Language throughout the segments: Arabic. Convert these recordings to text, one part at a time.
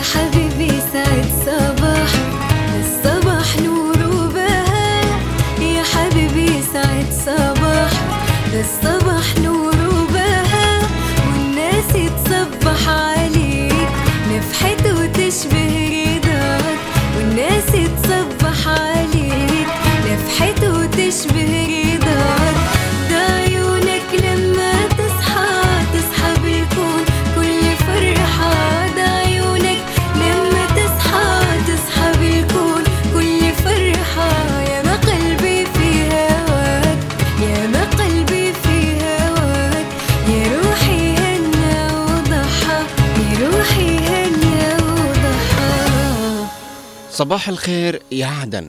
حبيبي سعد صباح، الصباح نور وبهاء. يا حبيبي سعد صباح، الصباح نور وبهاء. والناس تصبح عليك، نفحت وتشبه رضاك. والناس تصبح عليك، نفحت وتشبه رضاك. ده عيونك لما تصحى، تصحى بالكون كل فرحة. ده عيونك لما تصحى، تصحى بالكون كل فرحة. يا ما قلبي في هواك، يا ما قلبي في هواك. يا روحي هنا وضحى، يا روحي هنا وضحى. صباح الخير يا عدن.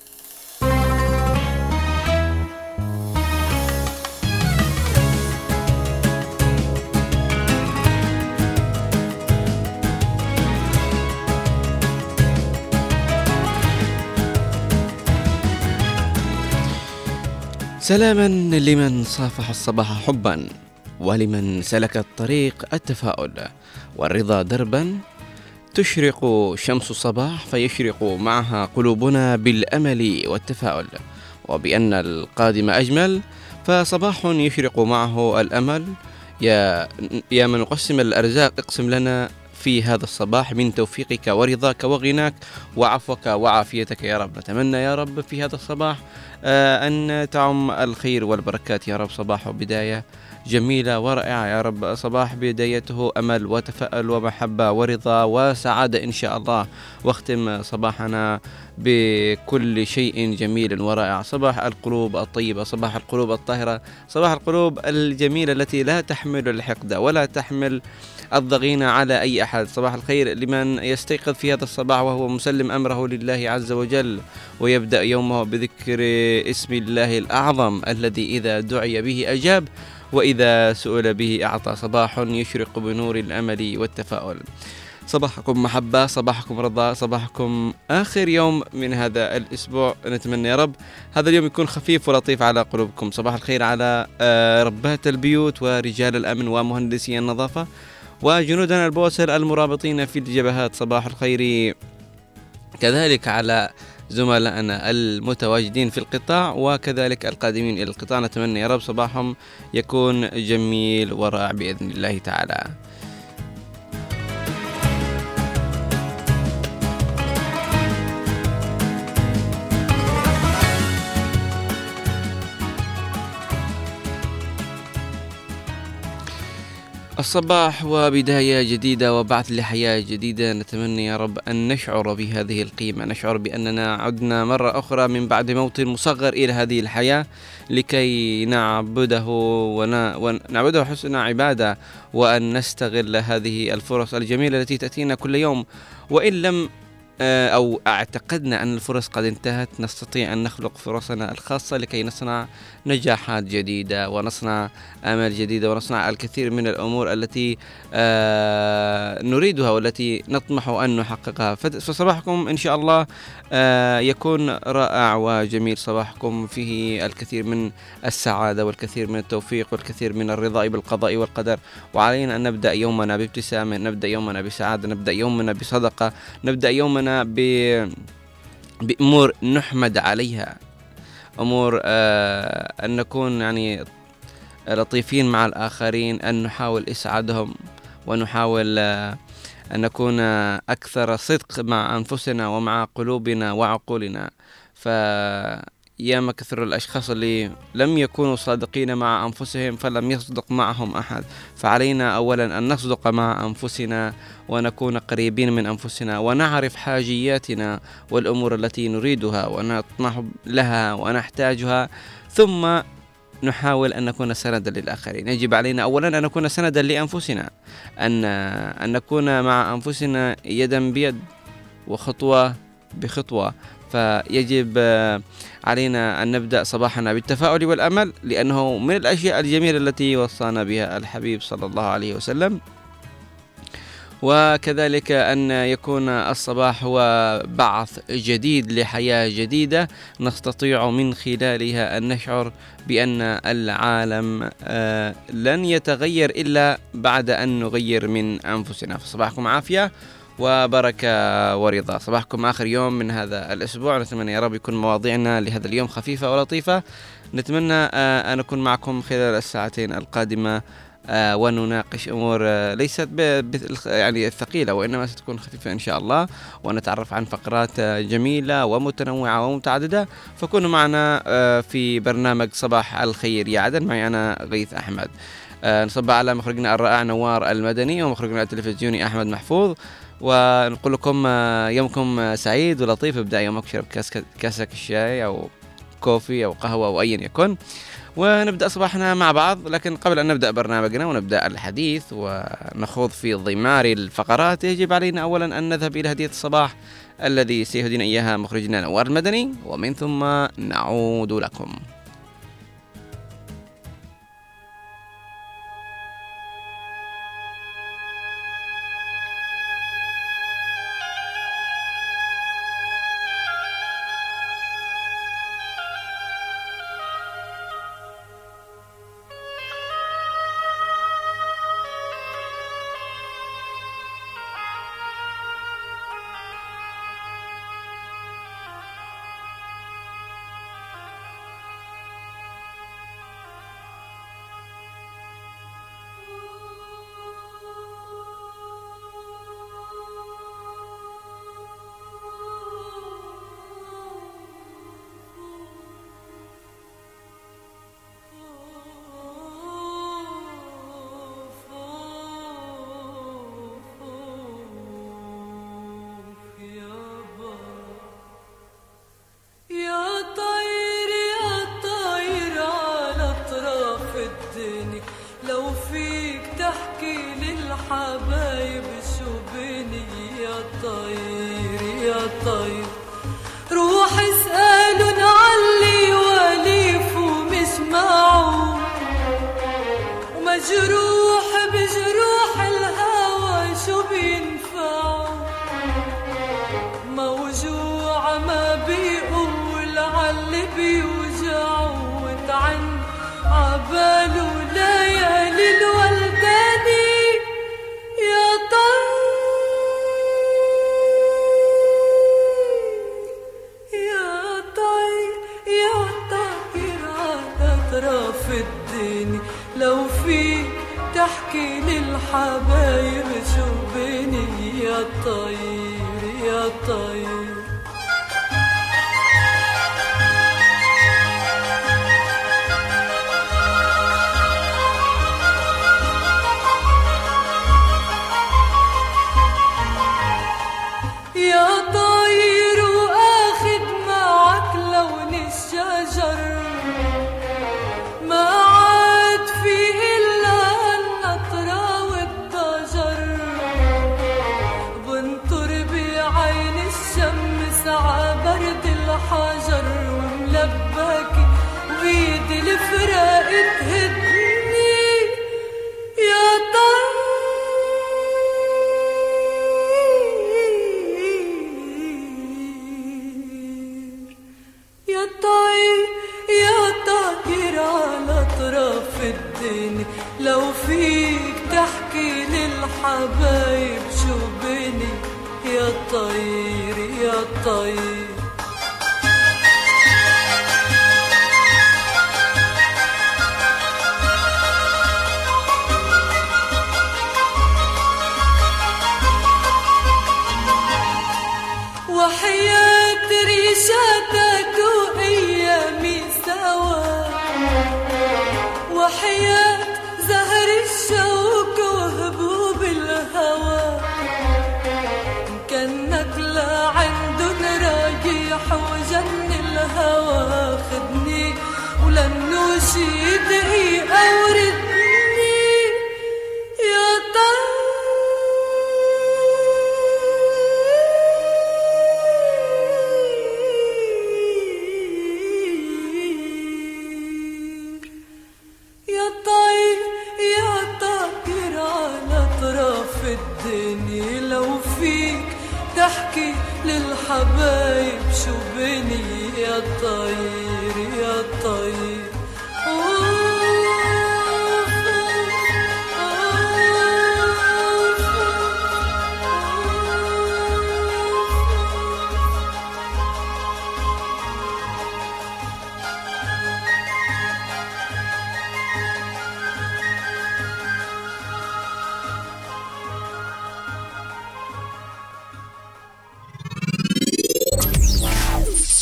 سلاما لمن صافح الصباح حبا، ولمن سلك الطريق التفاؤل والرضا دربا. تشرق شمس الصباح فيشرق معها قلوبنا بالأمل والتفاؤل، وبأن القادم أجمل. فصباح يشرق معه الأمل. يا من قسم الأرزاق، اقسم لنا في هذا الصباح من توفيقك ورضاك وغناك وعفوك وعافيتك يا رب. نتمنى يا رب في هذا الصباح أن تعم الخير والبركات يا رب. صباح بداية جميلة ورائعة يا رب. صباح بدايته أمل وتفاؤل ومحبة ورضا وسعادة إن شاء الله. واختم صباحنا بكل شيء جميل ورائع. صباح القلوب الطيبة، صباح القلوب الطاهرة، صباح القلوب الجميلة التي لا تحمل الحقد ولا تحمل الضغينة على أي أحد. صباح الخير لمن يستيقظ في هذا الصباح وهو مسلم أمره لله عز وجل، ويبدأ يومه بذكر اسم الله الأعظم الذي إذا دعي به أجاب، وإذا سئل به أعطى. صباح يشرق بنور الأمل والتفاؤل. صباحكم محبة، صباحكم رضا، صباحكم آخر يوم من هذا الأسبوع. نتمنى يا رب هذا اليوم يكون خفيف ولطيف على قلوبكم. صباح الخير على ربات البيوت ورجال الأمن ومهندسي النظافة وجنودنا البوسل المرابطين في الجبهات. صباح الخير كذلك على زملائنا المتواجدين في القطاع وكذلك القادمين إلى القطاع. نتمنى يا رب صباحهم يكون جميل ورائع بإذن الله تعالى. الصباح وبداية جديدة وبعث لحياة جديدة. نتمنى يا رب أن نشعر بهذه القيمة، نشعر بأننا عدنا مرة أخرى من بعد موت مصغر إلى هذه الحياة لكي نعبده ونعبده حسن عبادة، وأن نستغل هذه الفرص الجميلة التي تأتينا كل يوم. وإن لم أو اعتقدنا أن الفرص قد انتهت، نستطيع أن نخلق فرصنا الخاصة لكي نصنع نجاحات جديدة ونصنع آمال جديدة ونصنع الكثير من الأمور التي نريدها والتي نطمح أن نحققها. فصباحكم إن شاء الله يكون رائع وجميل. صباحكم فيه الكثير من السعادة والكثير من التوفيق والكثير من الرضا بالقضاء والقدر. وعلينا أن نبدأ يومنا بابتسامة، نبدأ يومنا بسعادة، نبدأ يومنا بصدقة، نبدأ يومنا بأمور نحمد عليها، أمور أن نكون يعني لطيفين مع الآخرين، أن نحاول إسعادهم، ونحاول أن نكون أكثر صدق مع أنفسنا ومع قلوبنا وعقولنا. ياما كثر الأشخاص اللي لم يكونوا صادقين مع أنفسهم فلم يصدق معهم أحد. فعلينا أولا أن نصدق مع أنفسنا ونكون قريبين من أنفسنا ونعرف حاجياتنا والأمور التي نريدها ونطمح لها ونحتاجها، ثم نحاول أن نكون سندا للآخرين. يجب علينا أولا أن نكون سندا لأنفسنا، أن نكون مع أنفسنا يدا بيد وخطوة بخطوة. فيجب علينا أن نبدأ صباحنا بالتفاؤل والأمل، لأنه من الأشياء الجميلة التي وصانا بها الحبيب صلى الله عليه وسلم. وكذلك أن يكون الصباح هو بعث جديد لحياة جديدة نستطيع من خلالها أن نشعر بأن العالم لن يتغير إلا بعد أن نغير من أنفسنا. فصباحكم عافية وبركة ورضا. صباحكم آخر يوم من هذا الأسبوع، نتمنى يا رب يكون مواضيعنا لهذا اليوم خفيفة ولطيفة. نتمنى أن أكون معكم خلال الساعتين القادمة ونناقش أمور ليست يعني الثقيلة، وإنما ستكون خفيفة إن شاء الله، ونتعرف عن فقرات جميلة ومتنوعة ومتعددة. فكونوا معنا في برنامج صباح الخير يا عدن، معي أنا غيث أحمد. نصبح على مخرجنا الرائع نوار المدني، ومخرجنا التلفزيوني أحمد محفوظ، ونقول لكم يومكم سعيد ولطيف. ابدأ يومك شرب كاسك الشاي أو كوفي أو قهوة أو أيا يكن، ونبدأ صباحنا مع بعض. لكن قبل أن نبدأ برنامجنا ونبدأ الحديث ونخوض في ضمار الفقرات، يجب علينا أولا أن نذهب إلى هدية الصباح الذي سيهدينا إياها مخرجنا نوار المدني، ومن ثم نعود لكم.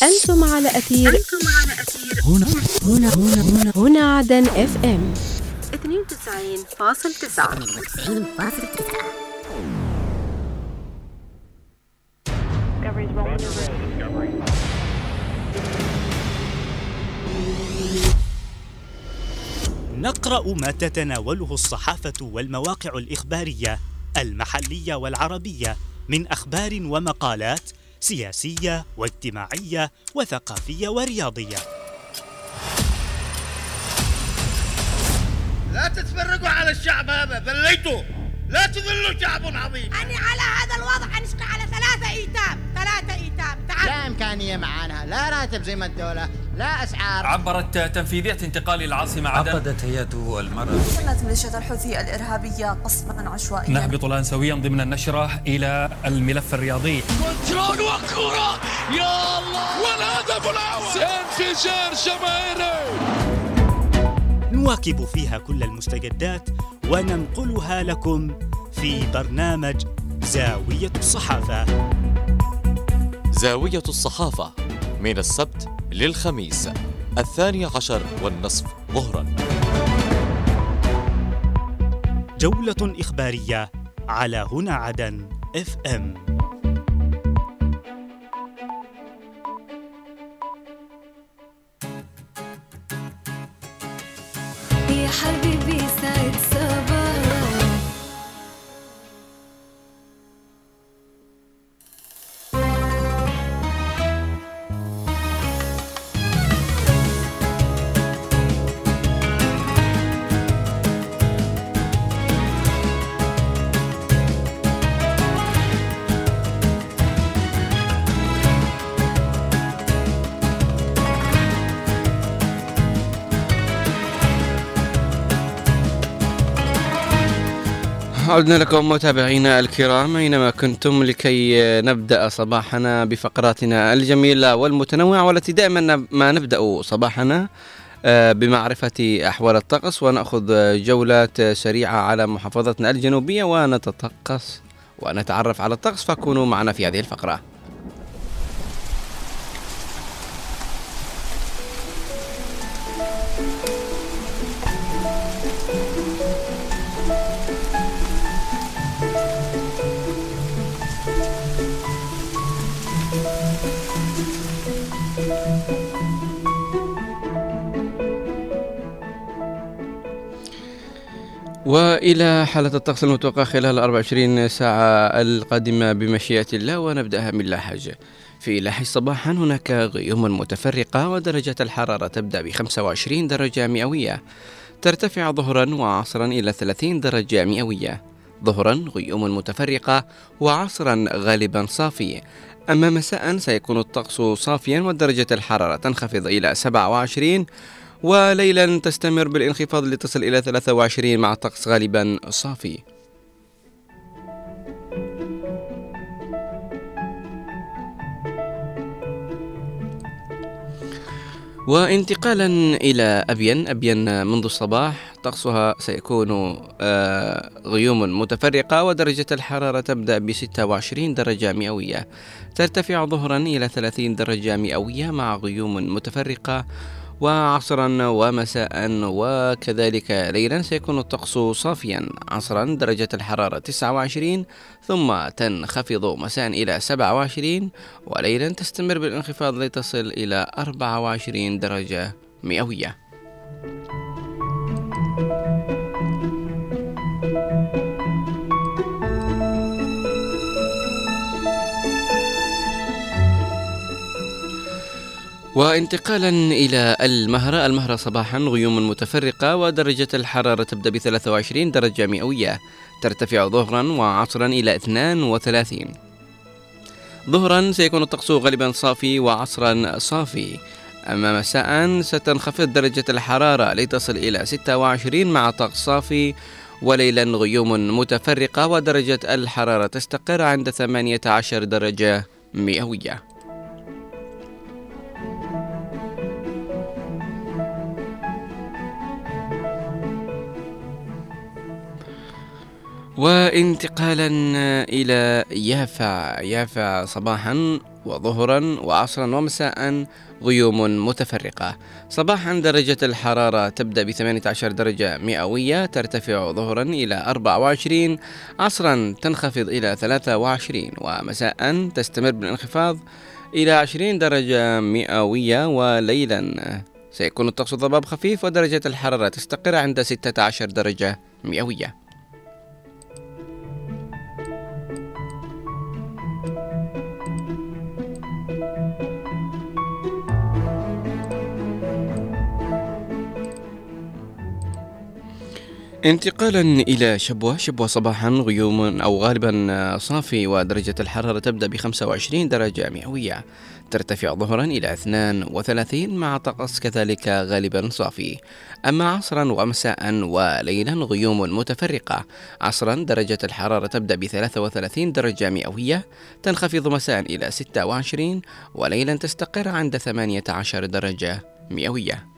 أنتم على أثير هنا عدن FM 92.9. نقرأ ما تتناوله الصحافة والمواقع الإخبارية المحلية والعربية من أخبار ومقالات سياسية واجتماعية وثقافية ورياضية. لا تتفرقوا على الشعب هذا، ذليتوا، لا تذلوا شعب عظيم. أنا على هذا الوضع أنشقى على 3 أيتام. تعال. لا إمكانية معانا، لا راتب زي ما الدولة، لا أسعار. عبرت تنفيذية انتقال العاصمة عدن. عقدت هيئة المرأة. شنت ميليشيا الحوثي الإرهابية قصفا عشوائيا. نهبط الآن سويا ضمن النشرة إلى الملف الرياضي. كنترول وكرة، يا الله، والهدف الأول، انفجار جماهيري. نواكب فيها كل المستجدات وننقلها لكم في برنامج زاوية الصحافة. زاوية الصحافة من السبت للخميس 12:30 ظهرا. جولة إخبارية على هنا عدن FM. يا حبيبي سعد صباح. عدنا لكم متابعينا الكرام أينما كنتم لكي نبدأ صباحنا بفقراتنا الجميلة والمتنوعة، والتي دائما ما نبدأ صباحنا بمعرفة أحوال الطقس، ونأخذ جولات سريعة على محافظتنا الجنوبية ونتطقس ونتعرف على الطقس، فكونوا معنا في هذه الفقرة. وإلى حالة الطقس المتوقع خلال 24 ساعة القادمة بمشيئة الله، ونبدأها من لاحج. في لاحج صباحا هناك غيوم متفرقة، ودرجة الحرارة تبدأ ب25 درجة مئوية، ترتفع ظهرا وعصرا إلى 30 درجة مئوية. ظهرا غيوم متفرقة، وعصرا غالبا صافي. أما مساء سيكون الطقس صافيا، ودرجة الحرارة تنخفض إلى 27، وليلا تستمر بالانخفاض لتصل إلى 23 مع طقس غالبا صافي. وانتقالا إلى أبين منذ الصباح، طقسها سيكون غيوم متفرقة، ودرجة الحرارة تبدأ ب26 درجة مئوية، ترتفع ظهرا إلى 30 درجة مئوية مع غيوم متفرقة، وعصرا ومساء وكذلك ليلا سيكون الطقس صافيا. عصرا درجة الحرارة 29، ثم تنخفض مساء إلى 27، وليلا تستمر بالانخفاض لتصل إلى 24 درجة مئوية. وانتقالا إلى المهرة صباحا غيوم متفرقة، ودرجة الحرارة تبدأ ب23 درجة مئوية، ترتفع ظهرا وعصرا إلى 32. ظهرا سيكون الطقس غالبا صافي، وعصرا صافي. أما مساء ستنخفض درجة الحرارة لتصل إلى 26 مع طقس صافي، وليلا غيوم متفرقة، ودرجة الحرارة تستقر عند 18 درجة مئوية. وانتقالا إلى يافا صباحا وظهرا وعصرا ومساء غيوم متفرقة. صباحا درجة الحرارة تبدأ ب 18 درجة مئوية، ترتفع ظهرا إلى 24، عصرا تنخفض إلى 23، ومساء تستمر بالانخفاض إلى 20 درجة مئوية، وليلا سيكون الطقس ضباب خفيف ودرجة الحرارة تستقر عند 16 درجة مئوية. انتقالا إلى شبوة صباحا غيوم أو غالبا صافي، ودرجة الحرارة تبدأ ب 25 درجة مئوية، ترتفع ظهرا إلى 32 مع طقس كذلك غالبا صافي. أما عصرا ومساء وليلا غيوم متفرقة. عصرا درجة الحرارة تبدأ ب 33 درجة مئوية، تنخفض مساء إلى 26، وليلا تستقر عند 18 درجة مئوية.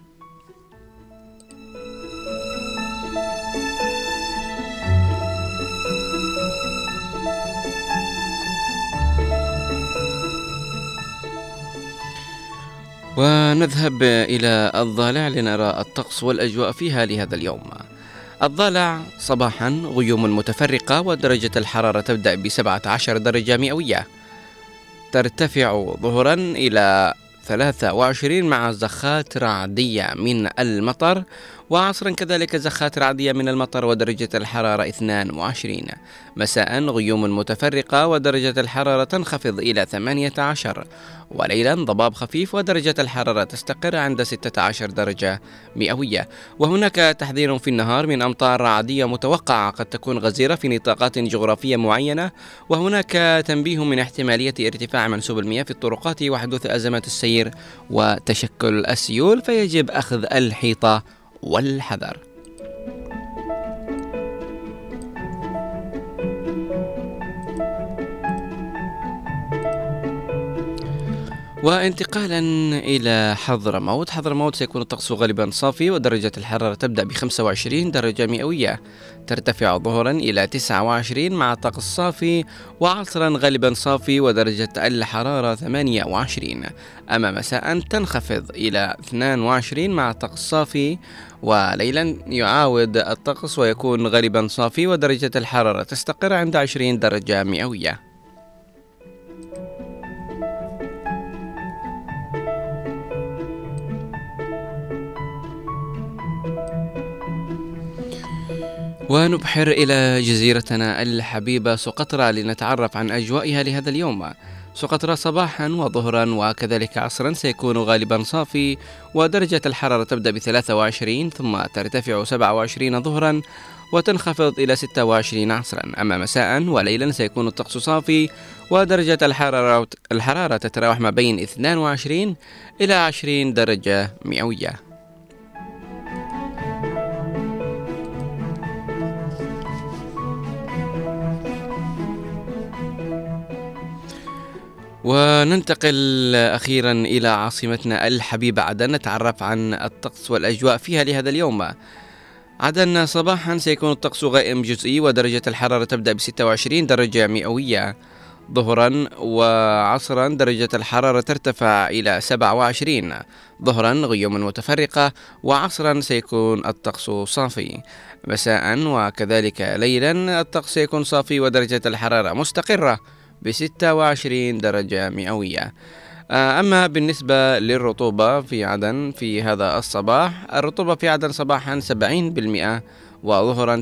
ونذهب إلى الضالع لنرى الطقس والأجواء فيها لهذا اليوم. الضالع صباحا غيوم متفرقة، ودرجة الحرارة تبدأ ب 17 درجة مئوية، ترتفع ظهرا إلى 23 مع زخات رعدية من المطر، وعصرا كذلك زخات رعدية من المطر ودرجة الحرارة 22. مساء غيوم متفرقة ودرجة الحرارة تنخفض إلى 18، وليلا ضباب خفيف ودرجة الحرارة تستقر عند 16 درجة مئوية. وهناك تحذير في النهار من أمطار رعدية متوقعة قد تكون غزيرة في نطاقات جغرافية معينة، وهناك تنبيه من احتمالية ارتفاع منسوب المياه في الطرقات وحدوث أزمات السير وتشكل السيول، فيجب أخذ الحيطة والحذر. وانتقالا إلى حضرموت سيكون الطقس غالبا صافي، ودرجة الحرارة تبدأ ب 25 درجة مئوية، ترتفع ظهرا إلى 29 مع طقس صافي، وعصرا غالبا صافي ودرجة الحرارة 28. أما مساء تنخفض إلى 22 مع طقس صافي، وليلا يعاود الطقس ويكون غالبا صافي ودرجة الحرارة تستقر عند 20 درجة مئوية. ونبحر إلى جزيرتنا الحبيبة سقطرى لنتعرف عن أجوائها لهذا اليوم. سقطرى صباحا وظهرا وكذلك عصرا سيكون غالبا صافي، ودرجة الحرارة تبدأ ب 23 ثم ترتفع 27 ظهرا وتنخفض إلى 26 عصرا. أما مساء وليلا سيكون الطقس صافي، ودرجة الحرارة تتراوح ما بين 22 إلى 20 درجة مئوية. وننتقل أخيرا إلى عاصمتنا الحبيبة عدن، نتعرف عن الطقس والأجواء فيها لهذا اليوم. عدن صباحا سيكون الطقس غائم جزئي، ودرجة الحرارة تبدأ ب 26 درجة مئوية. ظهرا وعصرا درجة الحرارة ترتفع إلى 27. ظهرا غيوم متفرقة، وعصرا سيكون الطقس صافي. مساء وكذلك ليلا الطقس سيكون صافي ودرجة الحرارة مستقرة ب 26 درجة مئوية. أما بالنسبة للرطوبة في عدن في هذا الصباح، الرطوبة في عدن صباحا 70%، وظهرا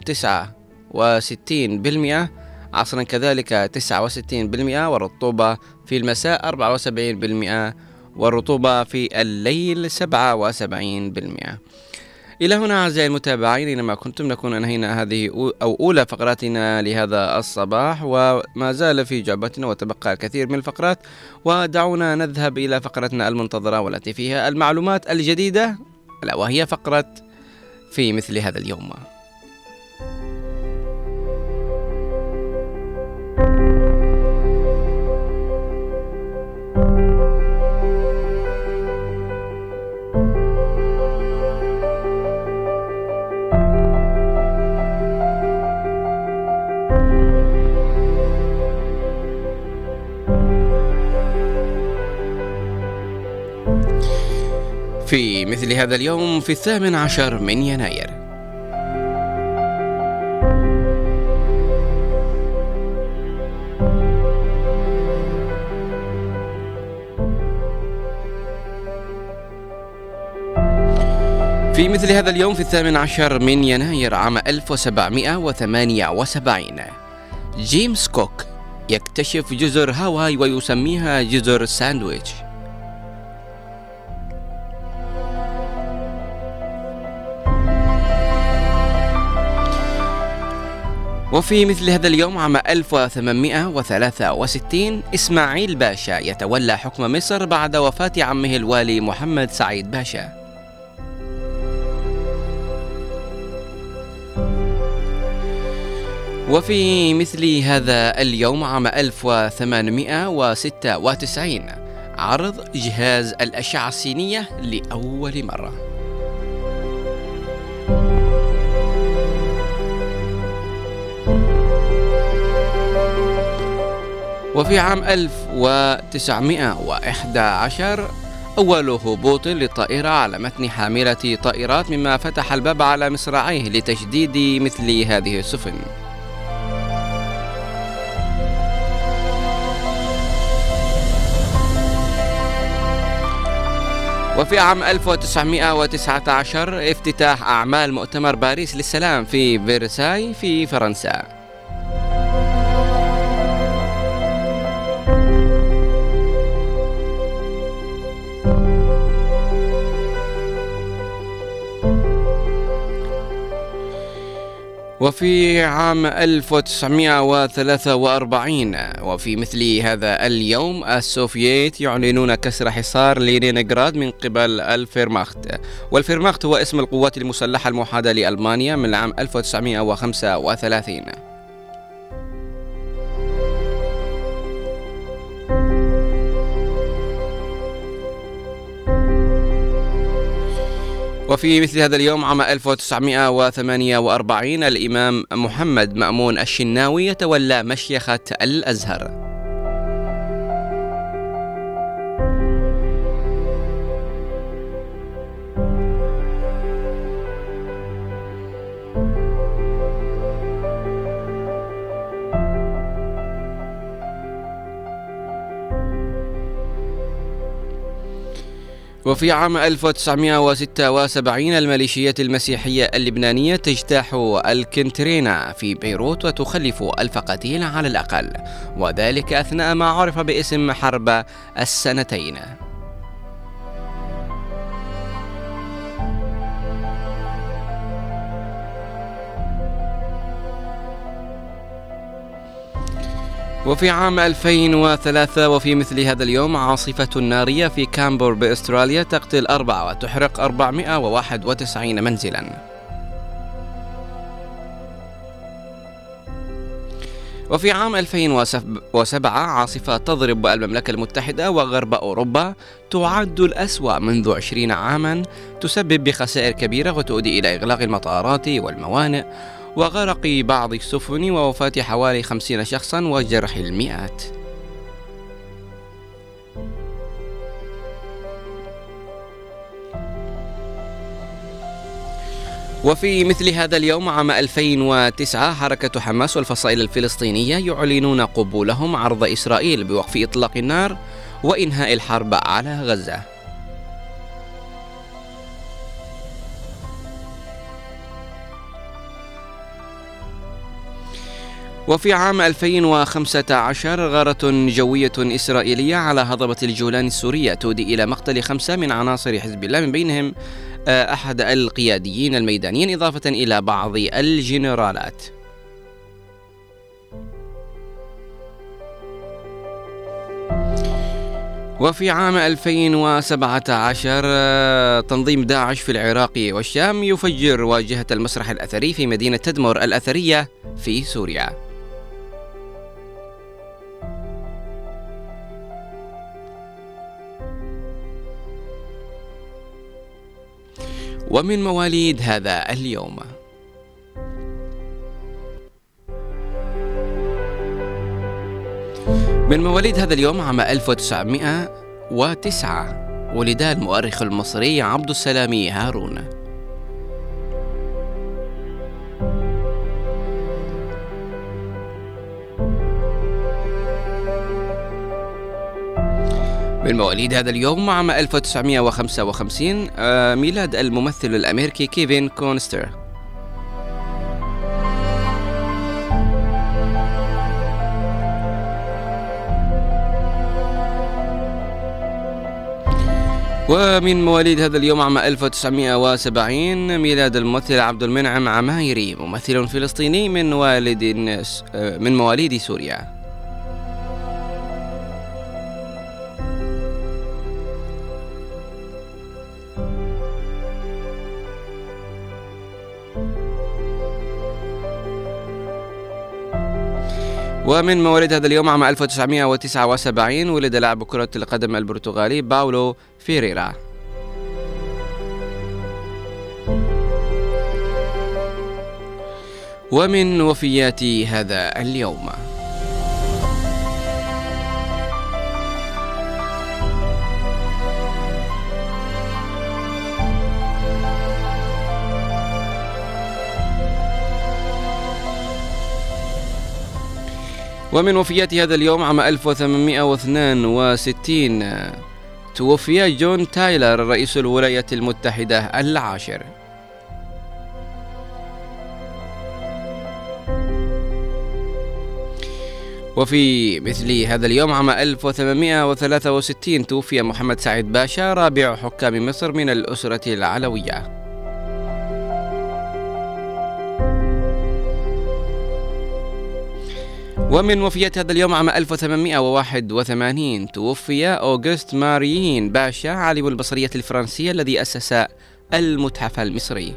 69%، عصرا كذلك 69%، والرطوبة في المساء 74%، والرطوبة في الليل 77%. إلى هنا أعزائي المتابعين أينما كنتم نكون أنهينا هذه أولى فقراتنا لهذا الصباح، وما زال في جعبتنا وتبقى الكثير من الفقرات، ودعونا نذهب إلى فقرتنا المنتظرة والتي فيها المعلومات الجديدة، ألا وهي فقرة في مثل هذا اليوم. في مثل هذا اليوم في 18 من يناير في مثل هذا اليوم في 18 من يناير عام 1778 جيمس كوك يكتشف جزر هاواي ويسميها جزر ساندويتش. وفي مثل هذا اليوم عام 1863 إسماعيل باشا يتولى حكم مصر بعد وفاة عمه الوالي محمد سعيد باشا. وفي مثل هذا اليوم عام 1896 عرض جهاز الأشعة السينية لأول مرة. وفي عام 1911 أول هبوط للطائرة على متن حاملة طائرات، مما فتح الباب على مصراعيه لتجديد مثل هذه السفن. وفي عام 1919 افتتاح أعمال مؤتمر باريس للسلام في فرساي في فرنسا. وفي عام 1943 وفي مثل هذا اليوم السوفييت يعلنون كسر حصار لينينغراد من قبل الفيرماخت، والفيرماخت هو اسم القوات المسلحة الموحدة لألمانيا من العام 1935. وفي مثل هذا اليوم عام 1948 الإمام محمد مأمون الشناوي يتولى مشيخة الأزهر. وفي عام 1976 الميليشيات المسيحية اللبنانية تجتاح الكنترينا في بيروت وتخلف الفقاتيل على الأقل، وذلك أثناء ما عرف باسم حرب السنتين. وفي عام 2003 وفي مثل هذا اليوم عاصفة نارية في كامبور بأستراليا تقتل 4 وتحرق 491 منزلا. وفي عام 2007 عاصفة تضرب المملكة المتحدة وغرب أوروبا تعد الأسوأ منذ 20 عاما، تسبب بخسائر كبيرة وتؤدي إلى إغلاق المطارات والموانئ وغرق بعض السفن ووفاة حوالي 50 شخصا وجرح المئات. وفي مثل هذا اليوم عام 2009 حركة حماس والفصائل الفلسطينية يعلنون قبولهم عرض إسرائيل بوقف إطلاق النار وإنهاء الحرب على غزة. وفي عام 2015 غارة جوية إسرائيلية على هضبة الجولان السورية تؤدي إلى مقتل 5 من عناصر حزب الله، من بينهم أحد القياديين الميدانيين إضافة إلى بعض الجنرالات. وفي عام 2017 تنظيم داعش في العراق والشام يفجر واجهة المسرح الأثري في مدينة تدمر الأثرية في سوريا. ومن مواليد هذا اليوم عام 1909 ولد المؤرخ المصري عبد السلام هارون. من مواليد هذا اليوم عام 1955 ميلاد الممثل الأمريكي كيفن كونستر. ومن مواليد هذا اليوم عام 1970 ميلاد الممثل عبد المنعم عمايري، ممثل فلسطيني من مواليد سوريا. ومن مواليد هذا اليوم عام 1979 ولد لاعب كرة القدم البرتغالي باولو فيريرا. ومن وفيات هذا اليوم ومن وفيات هذا اليوم عام 1862 توفي جون تايلر رئيس الولايات المتحدة العاشر. وفي مثل هذا اليوم عام 1863 توفي محمد سعيد باشا رابع حكام مصر من الأسرة العلوية. ومن وفيات هذا اليوم عام 1881 توفي أوغست ماريين باشا عالم البصرية الفرنسية الذي أسس المتحف المصري.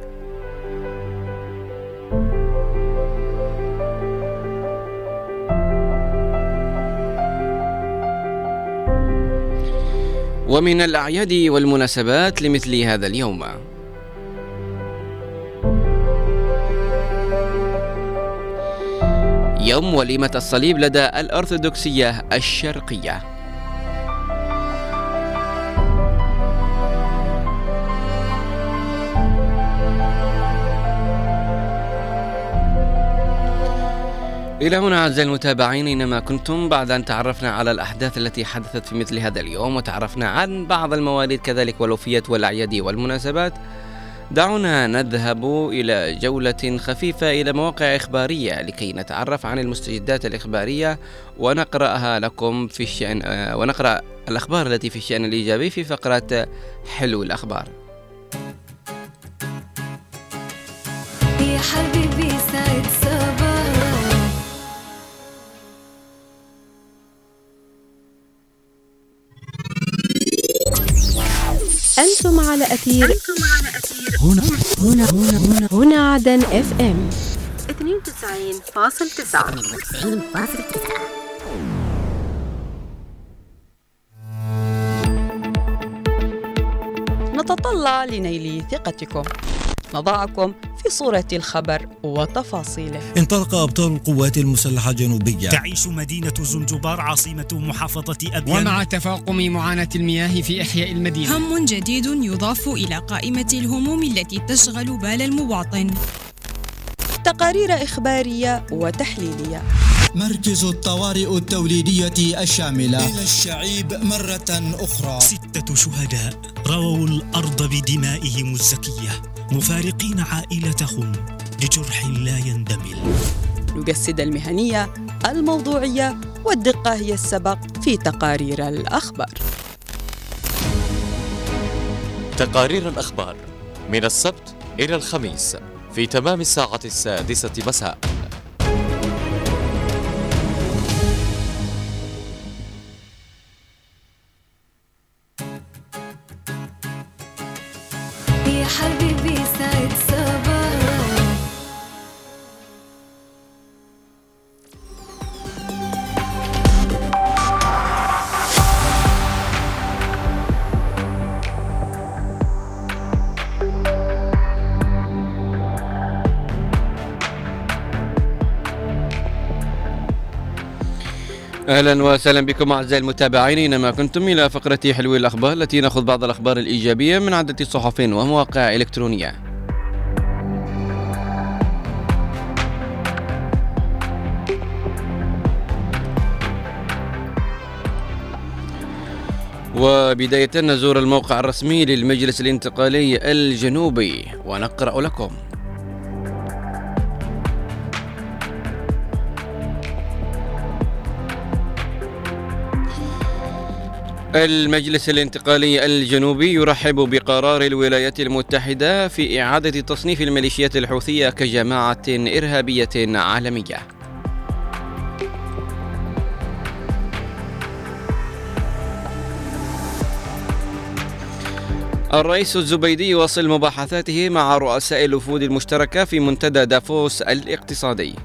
ومن الأعياد والمناسبات لمثل هذا اليوم يوم وليمة الصليب لدى الأرثوذكسية الشرقية. إلى هنا أعزائي المتابعين أينما كنتم، بعد أن تعرفنا على الأحداث التي حدثت في مثل هذا اليوم وتعرفنا عن بعض المواليد كذلك والوفيات والأعياد والمناسبات، دعونا نذهب إلى جولة خفيفة إلى مواقع إخبارية لكي نتعرف عن المستجدات الإخبارية ونقرأها لكم في الشأن ونقرأ الأخبار التي في الشأن الإيجابي في فقرة حلو الأخبار. يا حبيبي سعد صباح. أنتم على أثير هنا عدن FM 92.9. نتطلع لنيل ثقتكم، نضعكم في صورة الخبر وتفاصيله. انطلق أبطال القوات المسلحة الجنوبية. تعيش مدينة زنجبار عاصمة محافظة أبيان ومع تفاقم معاناة المياه في إحياء المدينة هم جديد يضاف إلى قائمة الهموم التي تشغل بال المواطن. تقارير إخبارية وتحليلية. مركز الطوارئ التوليدية الشاملة إلى الشعيب مرة أخرى. 6 شهداء رووا الأرض بدمائهم الزكية مفارقين عائلتهم لجرح لا يندمل. نجسد المهنية، الموضوعية والدقة هي السبق في تقارير الأخبار. تقارير الأخبار من السبت إلى الخميس في تمام الساعة 6 مساء. يا حبيبي سعد صباح. أهلا وسهلا بكم أعزائي المتابعين أينما كنتم إلى فقرة حلوي الأخبار التي نأخذ بعض الأخبار الإيجابية من عدة صحف ومواقع إلكترونية. وبداية نزور الموقع الرسمي للمجلس الانتقالي الجنوبي ونقرأ لكم: المجلس الانتقالي الجنوبي يرحب بقرار الولايات المتحدة في إعادة تصنيف الميليشيات الحوثية كجماعة إرهابية عالمية. الرئيس الزبيدي يواصل مباحثاته مع رؤساء الوفود المشتركة في منتدى دافوس الاقتصادي.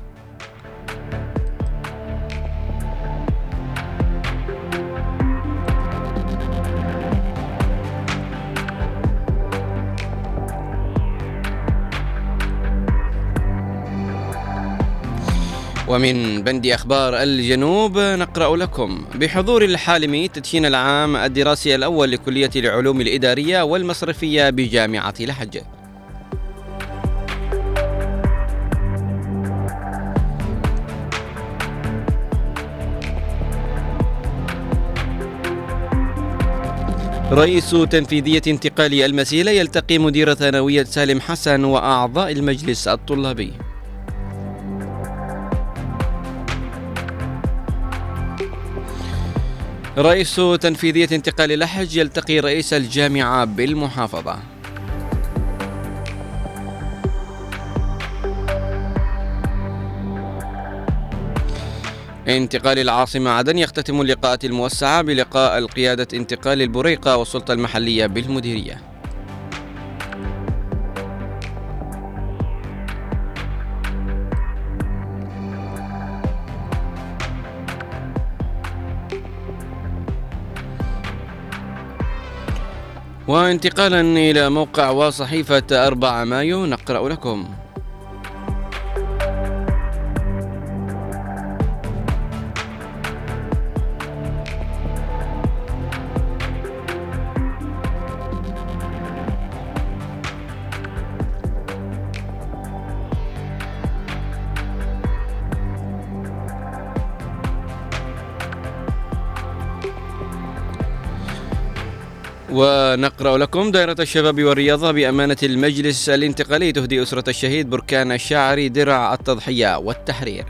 ومن بند أخبار الجنوب نقرأ لكم: بحضور الحالمي تدشين العام الدراسي الأول لكلية العلوم الإدارية والمصرفية بجامعة لحج. رئيس تنفيذية انتقال المسيلة يلتقي مدير ثانوية سالم حسن وأعضاء المجلس الطلابي. رئيس تنفيذية انتقال لحج يلتقي رئيس الجامعة بالمحافظة. انتقال العاصمة عدن يختتم اللقاءات الموسعة بلقاء القيادة انتقال البريقة والسلطة المحلية بالمديرية. وانتقالا إلى موقع وصحيفة 4 مايو نقرأ لكم: ونقرأ لكم: دائرة الشباب والرياضة بأمانة المجلس الانتقالي تهدي أسرة الشهيد بركان الشاعري درع التضحية والتحرير.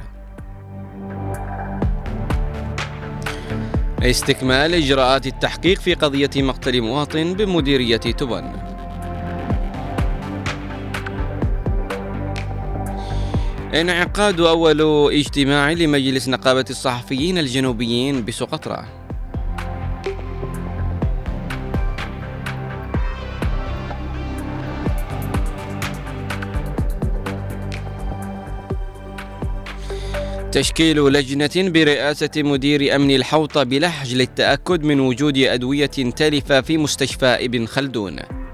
استكمال إجراءات التحقيق في قضية مقتل مواطن بمديرية تبن. انعقاد أول اجتماع لمجلس نقابة الصحفيين الجنوبيين بسقطرى. تشكيل لجنة برئاسة مدير أمن الحوطة بلحج للتأكد من وجود أدوية تالفة في مستشفى ابن خلدون.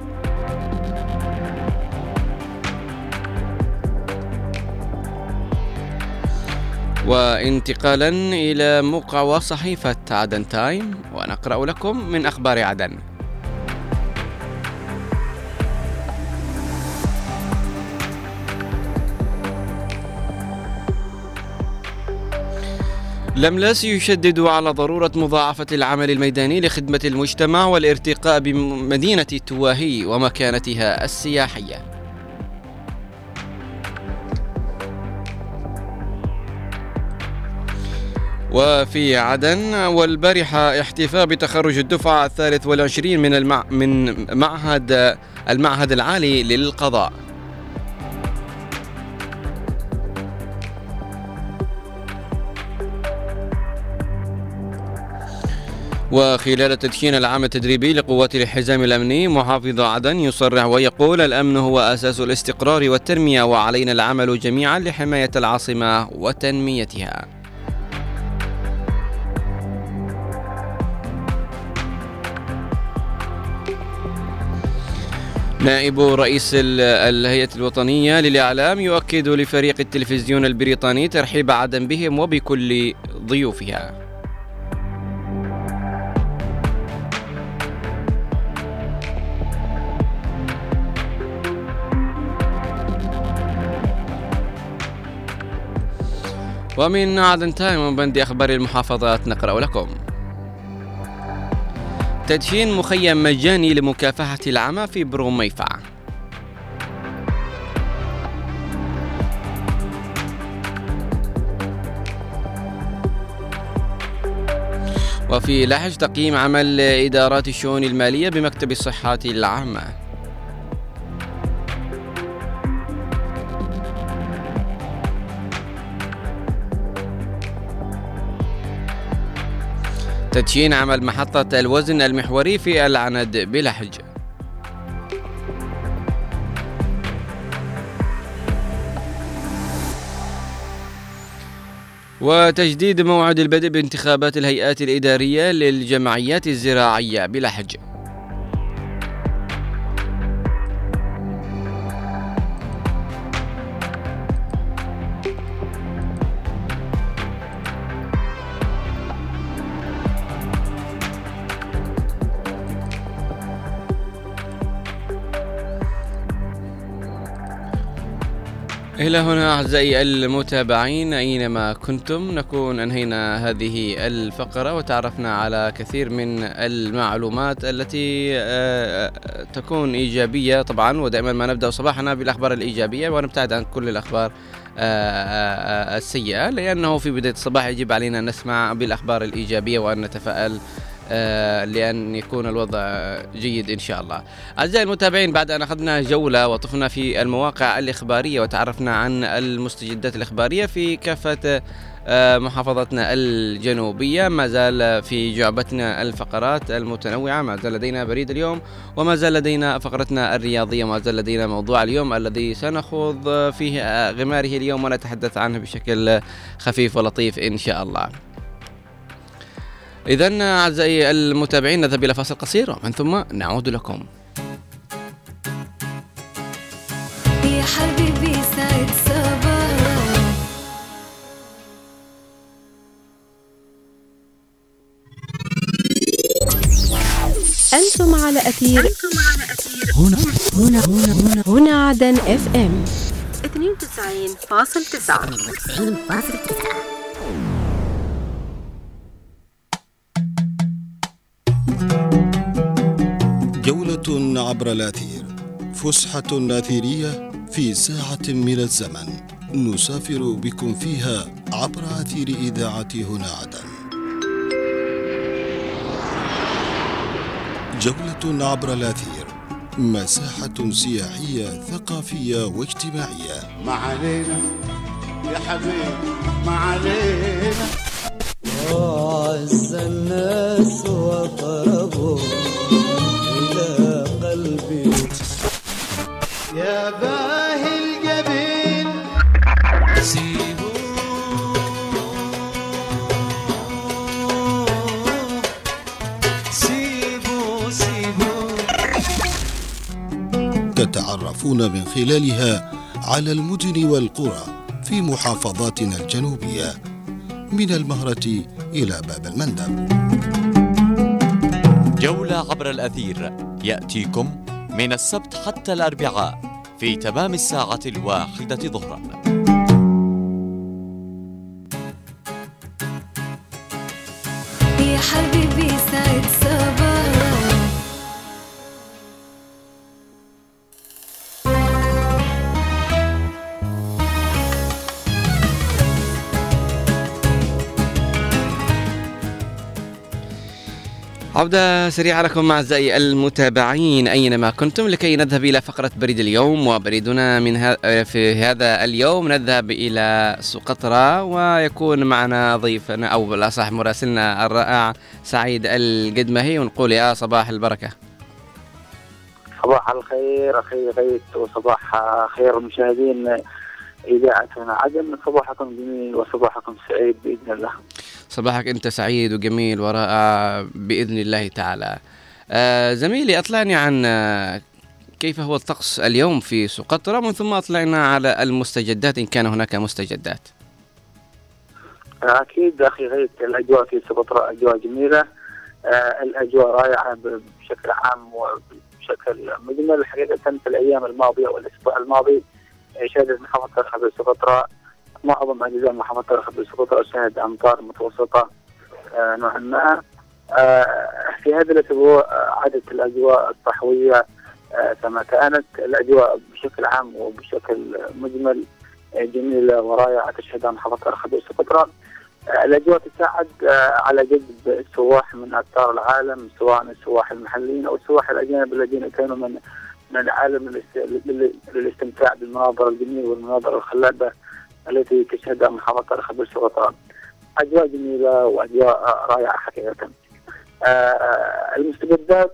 وانتقالا إلى موقع وصحيفة عدن تايم ونقرأ لكم من أخبار عدن: لملس يشدد على ضرورة مضاعفة العمل الميداني لخدمة المجتمع والارتقاء بمدينة تواهي ومكانتها السياحية. وفي عدن والبارحة احتفاء بتخرج الدفعة 23 من المعهد العالي للقضاء. وخلال تدشين العام التدريبي لقوات الحزام الأمني محافظ عدن يصرح ويقول: الأمن هو أساس الاستقرار والتنمية وعلينا العمل جميعا لحماية العاصمة وتنميتها. نائب رئيس الهيئة الوطنية للإعلام يؤكد لفريق التلفزيون البريطاني ترحيب عدن بهم وبكل ضيوفها. ومن عدن تايم من بند أخبار المحافظات نقرأ لكم: تدشين مخيم مجاني لمكافحة العمى في بروميفع. وفي لحج تقييم عمل إدارات الشؤون المالية بمكتب الصحة العامة. تدشين عمل محطة الوزن المحوري في العند بلحج. وتجديد موعد البدء بانتخابات الهيئات الإدارية للجمعيات الزراعية بلحج. إلى هنا أعزائي المتابعين أينما كنتم نكون أنهينا هذه الفقرة وتعرفنا على كثير من المعلومات التي تكون إيجابية طبعا، ودائما ما نبدأ صباحنا بالأخبار الإيجابية ونبتعد عن كل الأخبار السيئة، لأنه في بداية الصباح يجب علينا أن نسمع بالأخبار الإيجابية وأن نتفائل لأن يكون الوضع جيد إن شاء الله. أعزائي المتابعين، بعد أن أخذنا جولة وطفنا في المواقع الإخبارية وتعرفنا عن المستجدات الإخبارية في كافة محافظتنا الجنوبية، ما زال في جعبتنا الفقرات المتنوعة، ما زال لدينا بريد اليوم، وما زال لدينا فقرتنا الرياضية، وما زال لدينا موضوع اليوم الذي سنخوض فيه غماره اليوم ونتحدث عنه بشكل خفيف ولطيف إن شاء الله. إذن أعزائي المتابعين نذهب إلى فاصل قصير ومن ثم نعود لكم. يا حبيبي سعد صباح. أنتم على أثير هنا عدن اف ام 92.9. جولة عبر الأثير، فسحة أثيرية في ساعة من الزمن نسافر بكم فيها عبر أثير إذاعة هنا عدن. جولة عبر الأثير، مساحة سياحية ثقافية واجتماعية. ما علينا يا حبيبي ما علينا. وعز الناس وقربوا إلى قلبي يا باهي الجبين. سيبوا تتعرفون من خلالها على المدن والقرى في محافظاتنا الجنوبية، من المهرة إلى باب المندب. جولة عبر الأثير يأتيكم من السبت حتى الأربعاء في تمام الساعة 1 ظهرا. يا حبيبي سعد صباح. عودة سريعة لكم أعزائي المتابعين أينما كنتم لكي نذهب إلى فقرة بريد اليوم، وبريدنا في هذا اليوم نذهب إلى سقطرى، ويكون معنا ضيفنا أو بالأصح مراسلنا الرائع سعيد القدمهي، ونقول يا صباح البركة. صباح الخير أخي غيث، وصباح خير المشاهدين إذاعة هنا عدن. صباحكم جميل وصباحكم سعيد بإذن الله. صباحك أنت سعيد وجميل ورائع بإذن الله تعالى. زميلي أطلعني عن كيف هو الطقس اليوم في سقطرى، ومن ثم أطلعنا على المستجدات إن كان هناك مستجدات. أكيد أخي غيث، الأجواء في سقطرى أجواء جميلة، الأجواء رائعة بشكل عام وبشكل مجمل. حقيقة في الأيام الماضية والأسبوع الماضي شهدت محافظة سقطرى معظم أجزاء محافظة الخبز السقطرى شهد أمطار متوسطة نوعا ما. في هذا الأسبوع عادت الأجواء الصحوية كما كانت. الأجواء بشكل عام وبشكل مجمل جميلة ورائعة تشهدها محافظة الخبز السقطرى. الأجواء تساعد على جذب السواح من أقطار العالم، سواء السواح المحليين أو السواح الأجانب الذين كانوا من العالم للاستمتاع بالمناظر الجميلة والمناظر الخلابة التي تشهدها محافظة الخبز السقطرى. أجواء جميلة وأجواء رائعة حقيقة. المستجدات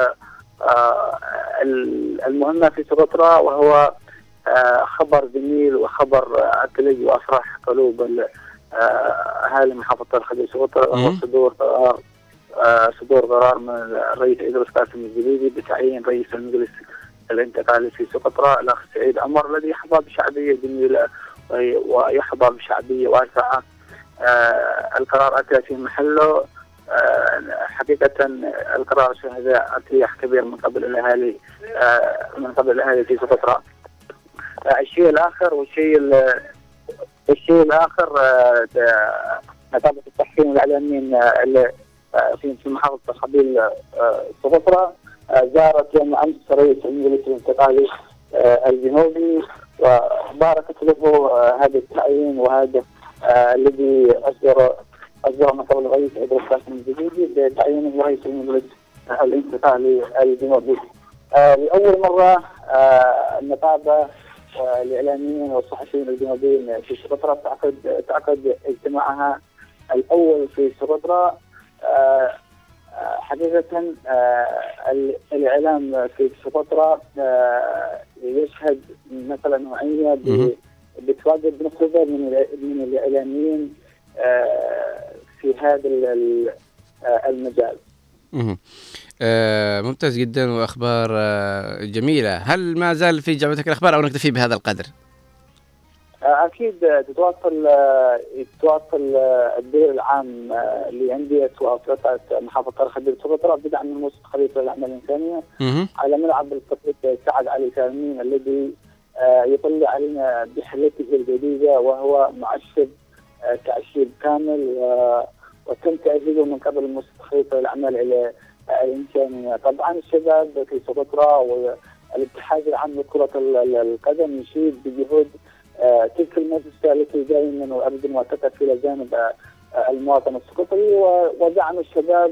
المهمة في سقطرى وهو خبر جميل وخبر أكلي وأفرح قلوب أهالي محافظة الخبز السقطرى، وهو صدور قرار من الرئيس إدريس قاسم الجليدي بتعيين رئيس المجلس الانتقالي في سقطرى الأخ سعيد عمر، الذي يحظى بشعبية جميلة ويحظى بشعبية واسعة. القرار أتى في محله. حقيقة القرار شهد ارتياح كبير من قبل الأهالي في سقطرى. الشيء الآخر نقابة الصحفيين والإعلاميين في محافظة خبيل سقطرى زارت يوم أمس رئيس المجلس الانتقالي الجنوبي وباركت له هذا التعيين وهذا الذي أصدر من قبل الرئيس إدريس قاسم الجليدي بتعيين رئيس المجلس الانتقالي الجنوبي. لأول مرة النقابة الإعلاميين والصحفيين الجنوبيين في سقطرى تعقد اجتماعها الأول في سقطرى. حقيقة الإعلام في سقطرى يشهد مثلا نوعية بتواجد نخبة من الإعلاميين في هذا المجال. ممتاز جدا وأخبار جميلة. هل ما زال في جعبتك الأخبار أو نكتفي بهذا القدر؟ أكيد تواصل الدور العام لأندية وأطراف محافظة الخبز سقطرى بدعم من مؤسسة خليفة للأعمال الإنسانية على ملعب التطبيق سعد علي سالمين الذي يطلع علينا بحلته الجديدة وهو معشب تعشيب كامل وتم تأجيله من قبل مؤسسة خليفة للأعمال الإنسانية. طبعا الشباب في سقطرى والاتحاد العام لكرة القدم يشيد بجهود تلك المؤسسة التي دائما وأبدا وتقف إلى جانب المواطن السقطري ودعم الشباب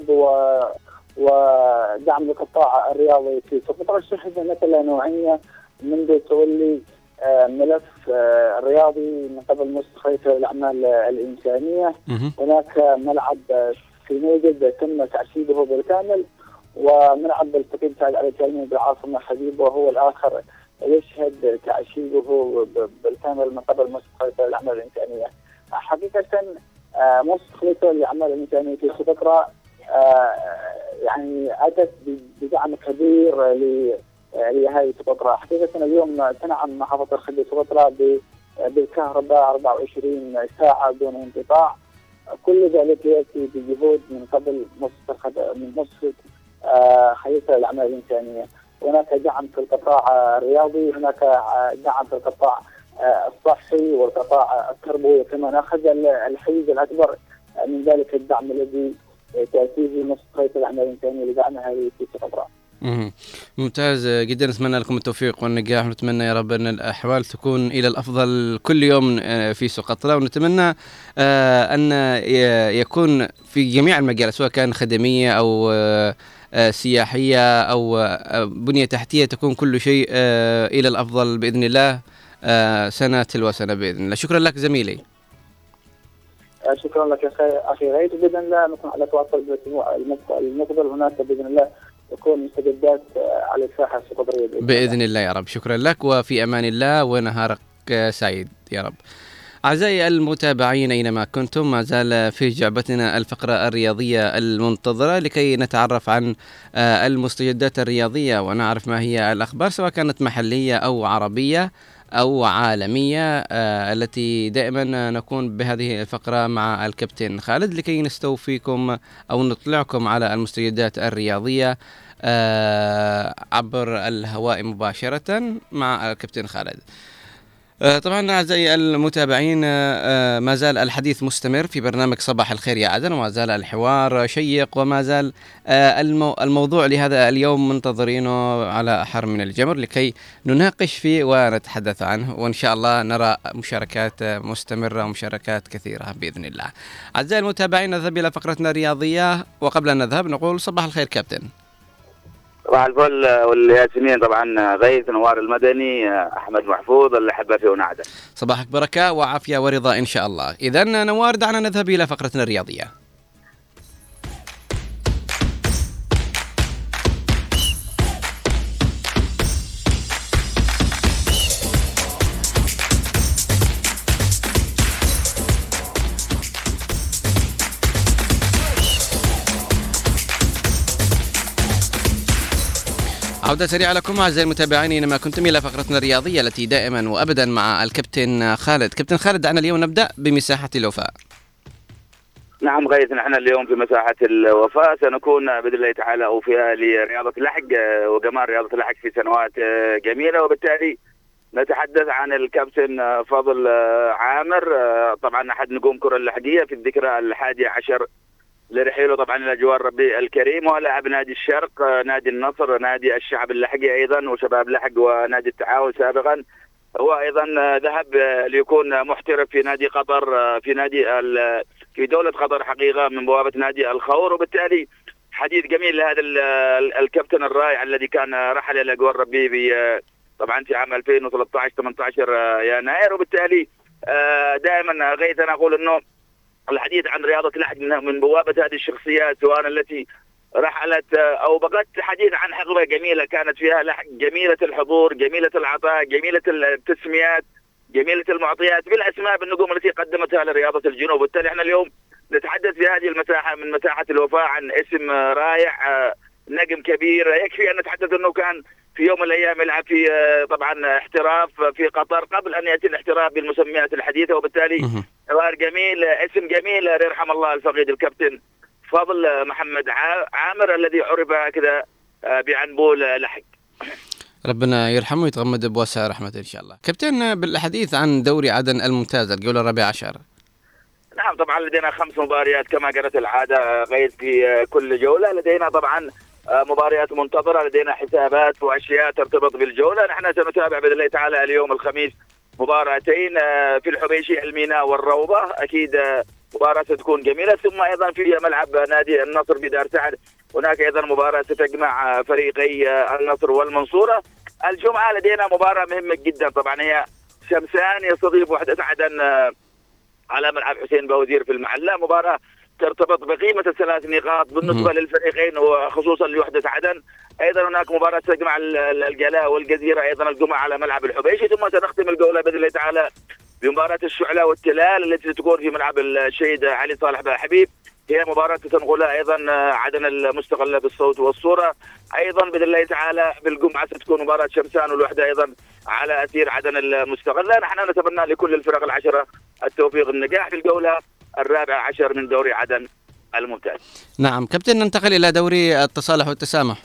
ودعم القطاع الرياضي في سقطرى. شهد مثلا نوعية منذ تولي ملف الرياضي من قبل مؤسسة خليفة للأعمال الإنسانية. هناك ملعب في نوجد تم تعشيبه بالكامل، وملعب التقييم سعد علي سالمين بالعاصمة حبيب وهو الآخر يشهد تعشيبه بالكامل من قبل مؤسسة خليفة للأعمال الإنسانية. حقيقة مؤسسة خليفة للأعمال الإنسانية في سقطرى يعني أتت بدعم كبير لأهالي سقطرى. حقيقة اليوم تنعم محافظة الخبز سقطرى بالكهرباء 24 ساعة دون انقطاع. كل ذلك يأتي بجهود من قبل مؤسسة خليفة للأعمال الإنسانية. هناك دعم في القطاع الرياضي، هناك دعم في القطاع الصحي والقطاع التربوي، كما نأخذ الحيز الأكبر من ذلك الدعم الذي تأتيه مؤسسة خليفة للأعمال الإنسانية لدعمها في سقطرى. ممتاز جدا. نتمنى لكم التوفيق والنجاح، ونتمنى يا رب أن الأحوال تكون إلى الأفضل كل يوم في سقطرى، ونتمنى أن يكون في جميع المجالات سواء كان خدمية أو سياحية أو بنية تحتية تكون كل شيء إلى الأفضل بإذن الله سنة تلو سنة بإذن الله. شكرا لك زميلي. شكرا لك أخي غيث. بإذن الله نكون على تواصل بالأسبوع المقبل. هناك بإذن الله تكون مستجدات على الساحة السقطرية بإذن الله يا رب. شكرا لك وفي أمان الله ونهارك سعيد يا رب. أعزائي المتابعين أينما كنتم، ما زال في جعبتنا الفقرة الرياضية المنتظرة لكي نتعرف عن المستجدات الرياضية ونعرف ما هي الأخبار سواء كانت محلية أو عربية أو عالمية، التي دائما نكون بهذه الفقرة مع الكابتن خالد لكي نستوفيكم أو نطلعكم على المستجدات الرياضية عبر الهواء مباشرة مع الكابتن خالد. طبعا أعزائي المتابعين، ما زال الحديث مستمر في برنامج صباح الخير يا عدن، وما زال الحوار شيق، وما زال الموضوع لهذا اليوم منتظرينه على أحر من الجمر لكي نناقش فيه ونتحدث عنه، وإن شاء الله نرى مشاركات مستمرة ومشاركات كثيرة بإذن الله. أعزائي المتابعين، نذهب إلى فقرتنا الرياضية، وقبل أن نذهب نقول صباح الخير كابتن. صباح الفل والياسمين، طبعا غيث نوار المدني، احمد محفوظ الأحبة في ونعدة. صباحك بركة وعافية ورضا ان شاء الله. اذا نوار، دعنا نذهب الى فقرتنا الرياضية. عودة سريعة لكم أعزائي المتابعين إنما كنتم إلى فقرتنا الرياضية التي دائما وأبدا مع الكابتن خالد. كابتن خالد، دعنا اليوم نبدأ بمساحة الوفاء. نعم غيث، نحن اليوم في مساحة الوفاء سنكون بإذن الله تعالى أوفياء لرياضة اللحق وجمال رياضة اللحق في سنوات جميلة، وبالتالي نتحدث عن الكابتن فضل عامر، طبعا أحد نجوم كرة اللحقية في الذكرى 11 لرحيله طبعا الى جوار ربي الكريم، ولاعب نادي الشرق، نادي النصر، نادي الشعب اللحقي ايضا، وشباب لحق ونادي التعاون سابقا. هو ايضا ذهب ليكون محترف في نادي قطر، في دولة قطر حقيقة من بوابة نادي الخور، وبالتالي حديث جميل لهذا الكابتن الرائع الذي كان رحل الى جوار ربي طبعا في عام 2013 18 يناير. وبالتالي دائما غيث انا اقول انه الحديث عن رياضة اللحق من بوابة هذه الشخصيات، سواء التي رحلت أو بقت، حديث عن حقبة جميلة كانت فيها لحق، جميلة الحضور، جميلة العطاء، جميلة التسميات، جميلة المعطيات بالأسماء بالنجوم التي قدمتها لرياضة الجنوب. وبالتالي احنا اليوم نتحدث في هذه المساحة من مساحة الوفاء عن اسم رائع، نجم كبير. يكفي أن نتحدث أنه كان في يوم من الأيام يلعب في طبعا احتراف في قطر قبل أن يأتي الاحتراف بالمسميات الحديثة، وبالتالي حوار جميل، اسم جميل، يرحم الله الفقيد الكابتن فضل محمد عامر الذي عرف هكذا بعنبول لحق. ربنا يرحمه ويتغمد بواسع رحمته إن شاء الله. كابتن، بالحديث عن دوري عدن الممتاز الجولة 14. نعم طبعا لدينا 5 مباريات كما جرت العادة غيث في كل جولة. لدينا طبعا مباريات منتظرة، لدينا حسابات وأشياء ترتبط بالجولة. نحن سنتابع بإذن الله تعالى اليوم الخميس مباراتين في الحبيشي، الميناء والروضة، أكيد مباراة ستكون جميلة. ثم أيضا في ملعب نادي النصر بدار سعد هناك أيضا مباراة ستجمع فريقي النصر والمنصورة. الجمعة لدينا مباراة مهمة جدا، طبعا هي شمسان يستضيف وحدة عدن على ملعب حسين بوزير في المحلة، مباراة ترتبط بقيمة 3 نقاط بالنسبة للفريقين وخصوصا لوحدة عدن. أيضا هناك مباراة تجمع الجلاء والجزيرة أيضا الجمعة على ملعب الحبيشي. ثم سنختم الجولة بإذن الله تعالى بمباراة الشعلة والتلال التي تكون في ملعب الشهيد علي صالح بن حبيب، هي مباراة تنقلها أيضا عدن المستقلة بالصوت والصورة. أيضا بإذن الله تعالى بالجمعة ستكون مباراة شمسان والوحدة أيضا على أثير عدن المستقلة. نحن نتمنى لكل الفرق العشرة التوفيق النجاح في الجولة 14 من دوري عدن الممتاز. نعم كابتن، ننتقل إلى دوري التصالح والتسامح.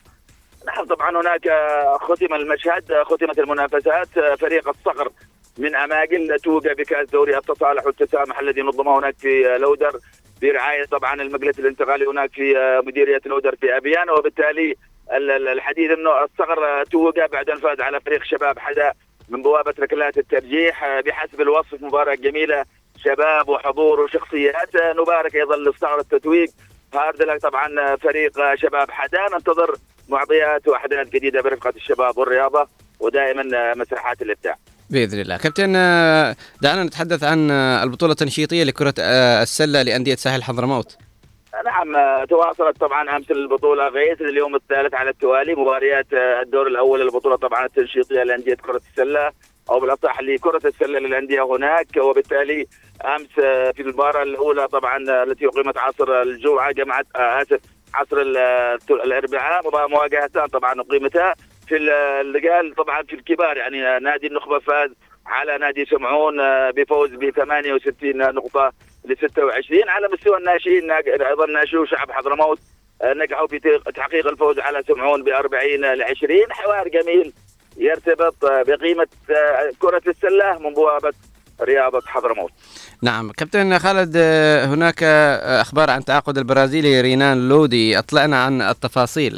نعم طبعا هناك ختم المشهد، ختمت المنافسات. فريق الصقر من أماجل توج بكأس دوري التصالح والتسامح الذي نظمه هناك في لودر برعاية طبعا المجلس الانتقالي هناك في مديرية لودر في أبيان. وبالتالي الحديث أنه الصقر توج بعد أن فاز على فريق شباب حدا من بوابة ركلات الترجيح بحسب الوصف. مباراة جميلة، شباب وحضور وشخصيات. نبارك أيضا للصقر التتويج، هارد لك طبعا فريق شباب حدا. ننتظر معطيات وأحداث جديدة برفقة الشباب والرياضة ودائما مساحات الإبداع بإذن الله. كابتن، دعنا نتحدث عن البطولة التنشيطية لكرة السلة لأندية ساحل حضرموت. نعم تواصلت طبعا أمس البطولة غيث لليوم الثالث على التوالي، مباريات الدور الأول البطولة طبعا التنشيطية لأندية كرة السلة أو بالأصح لكرة السلة للأندية هناك. وبالتالي أمس في المباراة الأولى طبعا التي أقيمت عصر الجمعة جمعت عصر الأربعاء مواجهتان طبعا أقيمتها في اللقاء طبعا في الكبار، يعني نادي النخبة فاز على نادي سمعون بفوز ب 68 نقطة ل 26. على مستوى الناشئين أيضا ناشئو شعب حضرموت نجحوا في تحقيق الفوز على سمعون ب 40 ل 20. حوار جميل يرتبط بقيمة كرة السلة من بوابة رياضة حضرموت. نعم كابتن خالد، هناك أخبار عن تعاقد البرازيلي رينان لودي، أطلعنا عن التفاصيل.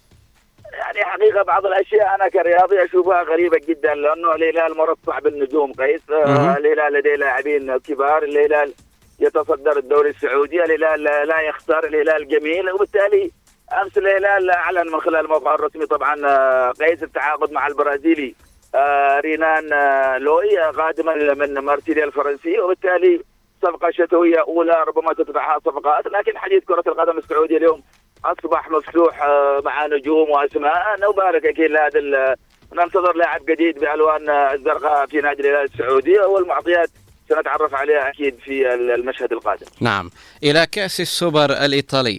يعني حقيقة بعض الأشياء أنا كرياضي أشوفها غريبة جدا، لأنه الهلال مرصع بالنجوم قيس. الهلال لديه لاعبين كبار، الهلال يتصدر الدوري السعودي، الهلال لا يختار، الهلال جميل، وبالتالي أمس الهلال أعلن من خلال موقعه الرسمي طبعا قيس التعاقد مع البرازيلي رينان لوي قادما من مارسيليا الفرنسي، وبالتالي صفقة شتوية أولى ربما تتبعها صفقات. لكن حديث كرة القدم السعودية اليوم أصبح مفتوح مع نجوم وأسماء. نبارك أكيد لهذا، ننتظر لاعب جديد بألوان الزرقاء في نادي الهلال السعودي، والمعطيات سنتعرف عليها أكيد في المشهد القادم. نعم، إلى كأس السوبر الإيطالي.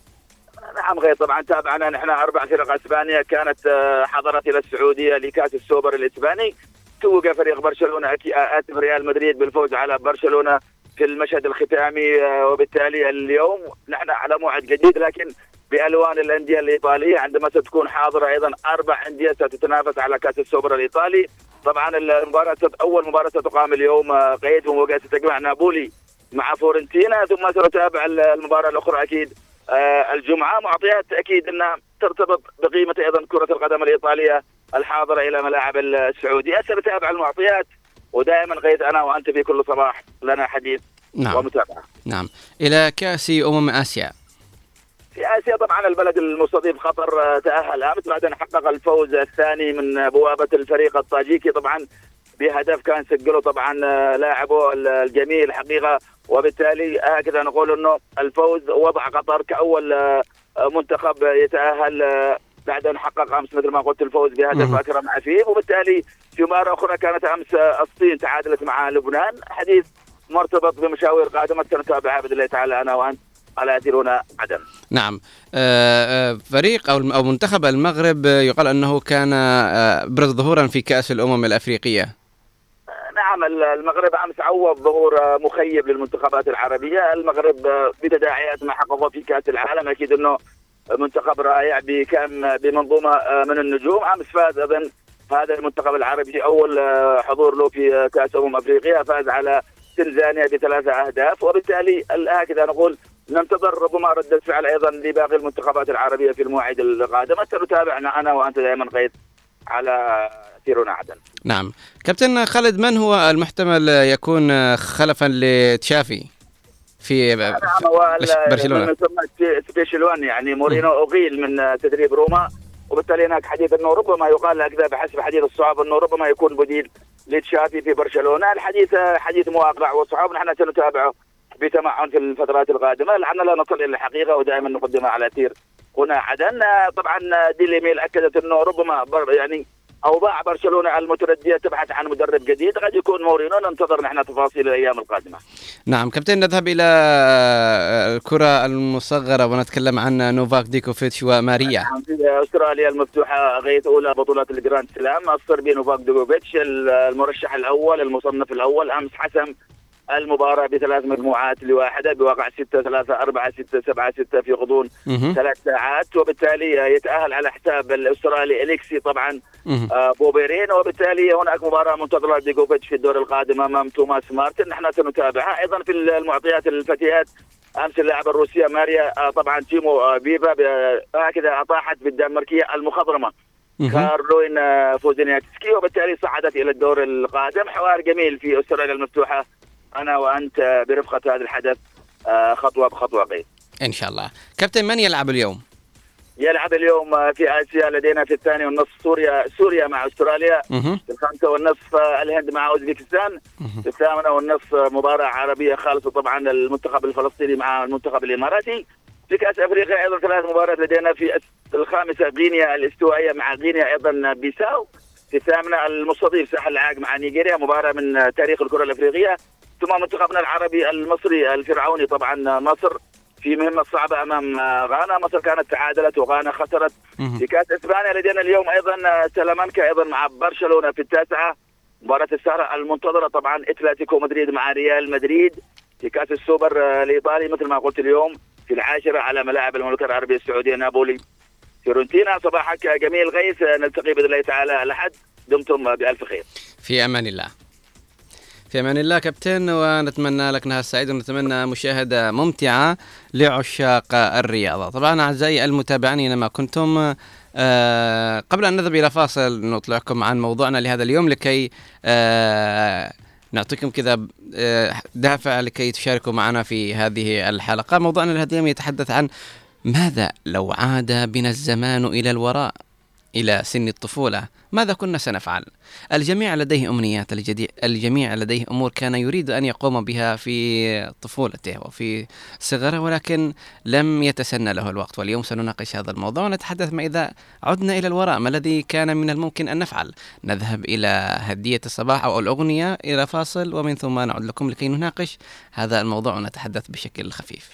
نعم غير طبعا تابعنا نحن 4 فرق اسبانيا كانت حضرت الى السعوديه لكاس السوبر الاسباني. توج فريق برشلونه اتف ريال مدريد بالفوز على برشلونه في المشهد الختامي، وبالتالي اليوم نحن على موعد جديد لكن بالوان الانديه الايطاليه، عندما ستكون حاضره ايضا 4 انديه ستتنافس على كاس السوبر الايطالي. طبعا المباراه اول مباراه ستقام اليوم قيد ومواجهه ستجمع نابولي مع فورنتينا، ثم سنتابع المباراه الاخرى اكيد الجمعة. معطيات أكيد أنها ترتبط بقيمة أيضا كرة القدم الإيطالية الحاضرة إلى ملاعب السعودية. سنتابع المعطيات، ودائما قيد أنا وأنت في كل صباح لنا حديث ومتابعة. نعم، إلى كأس آسيا. في آسيا طبعا البلد المستضيف قطر تأهل أمس بعد أن حقق الفوز الثاني من بوابة الفريق الطاجيكي، طبعا بهدف كان سجله طبعا لاعبه الجميل حقيقة، وبالتالي هكذا نقول انه الفوز وضع قطر كاول منتخب يتاهل بعد ان حقق امس مثل ما قلت الفوز بهدف اكرم عفيف. وبالتالي في مباراه اخرى كانت امس الصين تعادلت مع لبنان، حديث مرتبط بمشاوير قادمه سنتابعها باذن الله تعالى انا وانت على أثيرنا عدن. نعم، فريق او منتخب المغرب يقال انه كان برز ظهورا في كأس الامم الافريقيه. نعم المغرب أمس عوض ظهور مخيب للمنتخبات العربية. المغرب بتداعيات ما حققه في كأس العالم أكيد أنه منتخب رائع بمنظومة من النجوم. أمس فاز أيضا هذا المنتخب العربي أول حضور له في كأس أفريقيا، فاز على تنزانيا ب3 أهداف، وبالتالي هكذا نقول ننتظر ربما ردة فعل أيضا لباقي المنتخبات العربية في المواعيد القادمة. سنتابعنا أنا وأنت دائما قيد على أثيرنا عدن. نعم كابتن خالد، من هو المحتمل يكون خلفا لتشافي في برشلونة؟ سبيشال 1 يعني مورينو أغيل من تدريب روما، وبالتالي هناك حديث أنه ربما يقال هكذا بحسب حديث الصحاب أنه ربما يكون بديل لتشافي في برشلونة. الحديث حديث مواقع وصحاب، نحن سنتابعه بتمعن في الفترات القادمة لعلنا لا نصل إلى الحقيقة، ودائما نقدمها على أثير هنا عدن. طبعا ديلي ميل أكدت أنه ربما يعني أوضاع برشلونة المتردية تبحث عن مدرب جديد، قد يكون مورينو. ننتظر نحن تفاصيل الأيام القادمة. نعم كابتن، نذهب إلى الكرة المصغرة ونتكلم عن نوفاك ديكوفيتش وماريا. نعم في أستراليا المفتوحة غاية أولى بطولات الجراند سلام، الصربي نوفاك ديكوفيتش المرشح الأول المصنف الأول أمس حسم المباراة ب3 مجموعات ل1 بواقع 6-3-4-6-7-6 في غضون 3 ساعات، وبالتالي يتأهل على حساب الأسترالي إليكسي طبعا بوبيرين، وبالتالي هناك مباراة منتظرة ديكوفيتش في الدور القادم أمام توماس مارتن. نحن سنتابعها. أيضا في المعطيات الفتيات أمس اللاعبة الروسية ماريا طبعا تيمو بيبا هكذا أطاحت بالدنماركية المخضرمة كارلوين فوزينياتسكي، وبالتالي صعدت إلى الدور القادم. حوار جميل في أستراليا المفتوحة أنا وأنت برفقة هذا الحدث خطوة بخطوة قيد إن شاء الله. كابتن، من يلعب اليوم؟ يلعب اليوم في آسيا لدينا في 2:30 سوريا مع أستراليا، في 5:30 الهند مع أوزبكستان، في 8:30 مباراة عربية خالصة طبعا المنتخب الفلسطيني مع المنتخب الإماراتي. في كأس أفريقيا أيضا 3 مباريات لدينا، في 5 غينيا الاستوائية مع غينيا أيضا بيساو، في 8 المستضيف ساحل العاج مع نيجيريا، مباراة من تاريخ الكرة الأفريقية. ثم منتخبنا العربي المصري الفرعوني طبعا مصر في مهمة صعبة أمام غانا. مصر كانت تعادلت وغانا خسرت. في كأس إسبانيا لدينا اليوم أيضا سلامانكا أيضا مع برشلونة في 9 مباراة السهرة المنتظرة طبعا اتلتيكو مدريد مع ريال مدريد. في كأس السوبر الإيطالي مثل ما قلت اليوم في 10 على ملاعب المملكة العربية السعودية نابولي فيورنتينا. صباحك جميل غيث، نلتقي بإذن الله تعالى الأحد، دمتم بألف خير. في أمان الله. في أمان الله كابتن، ونتمنى لك نهار سعيد، ونتمنى مشاهدة ممتعة لعشاق الرياضة. طبعا أعزائي المتابعين أينما كنتم، قبل أن نذهب إلى فاصل نطلعكم عن موضوعنا لهذا اليوم لكي نعطيكم كذا دافع لكي تشاركوا معنا في هذه الحلقة. موضوعنا لهذا اليوم يتحدث عن ماذا لو عاد بنا الزمان إلى الوراء إلى سن الطفولة، ماذا كنا سنفعل؟ الجميع لديه أمنيات، الجميع لديه أمور كان يريد أن يقوم بها في طفولته وفي صغره، ولكن لم يتسنى له الوقت. واليوم سنناقش هذا الموضوع ونتحدث ما إذا عدنا إلى الوراء، ما الذي كان من الممكن أن نفعل؟ نذهب إلى هدية الصباح أو الأغنية، إلى فاصل، ومن ثم نعود لكم لكي نناقش هذا الموضوع ونتحدث بشكل خفيف.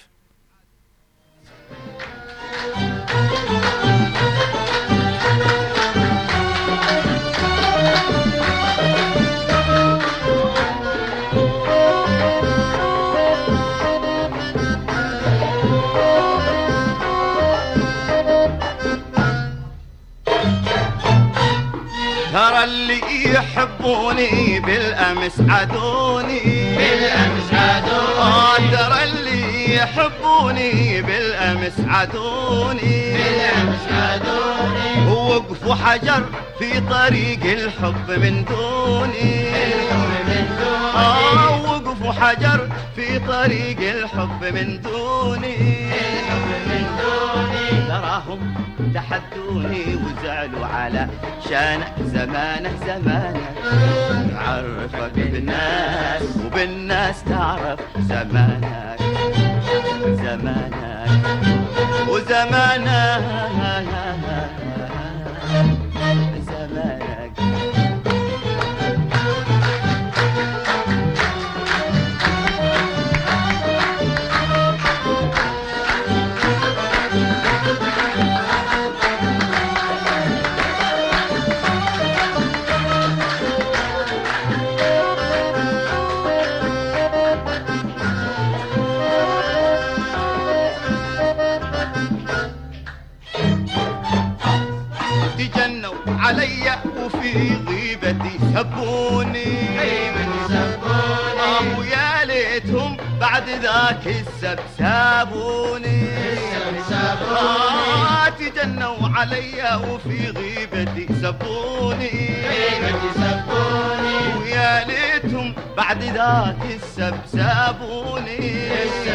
ترى اللي يحبوني بالأمس عادوني، بالأمس عادوني. ترى اللي يحبوني بالأمس عادوني، بالأمس عادوني. ووقفوا حجر في طريق الحب من دوني، الحب من دوني. ووقفوا حجر في طريق الحب من دوني، الحب من دوني. تراهم تحدوني وزعلوا على شانك، زمانك زمانك عرفك بالناس وبالناس تعرف زمانك، زمانك وزمانك زمانك. علي وفي غيبتي سبوني، ويا ليتهم بعد ذاك السب سابوني، تجنوا علي وفي غيبتي سبوني، ويا ليتهم بعد ذاك السب سابوني،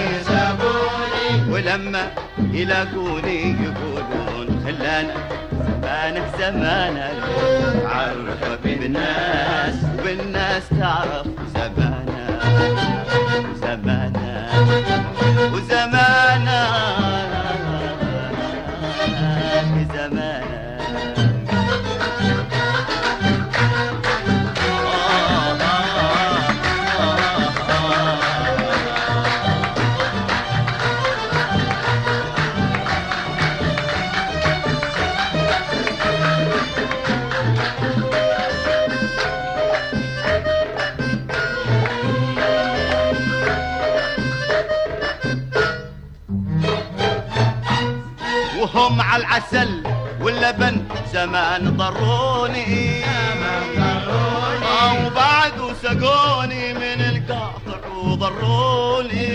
ولما يلاقوني يقولون خلانا زمانك زمانك عرفك بالناس وبالناس تعرف زمانك، زمانك وزمانك زمانك. وهم على العسل واللبن زمان ضروني، وبعد سقوني من القاطع وضروني،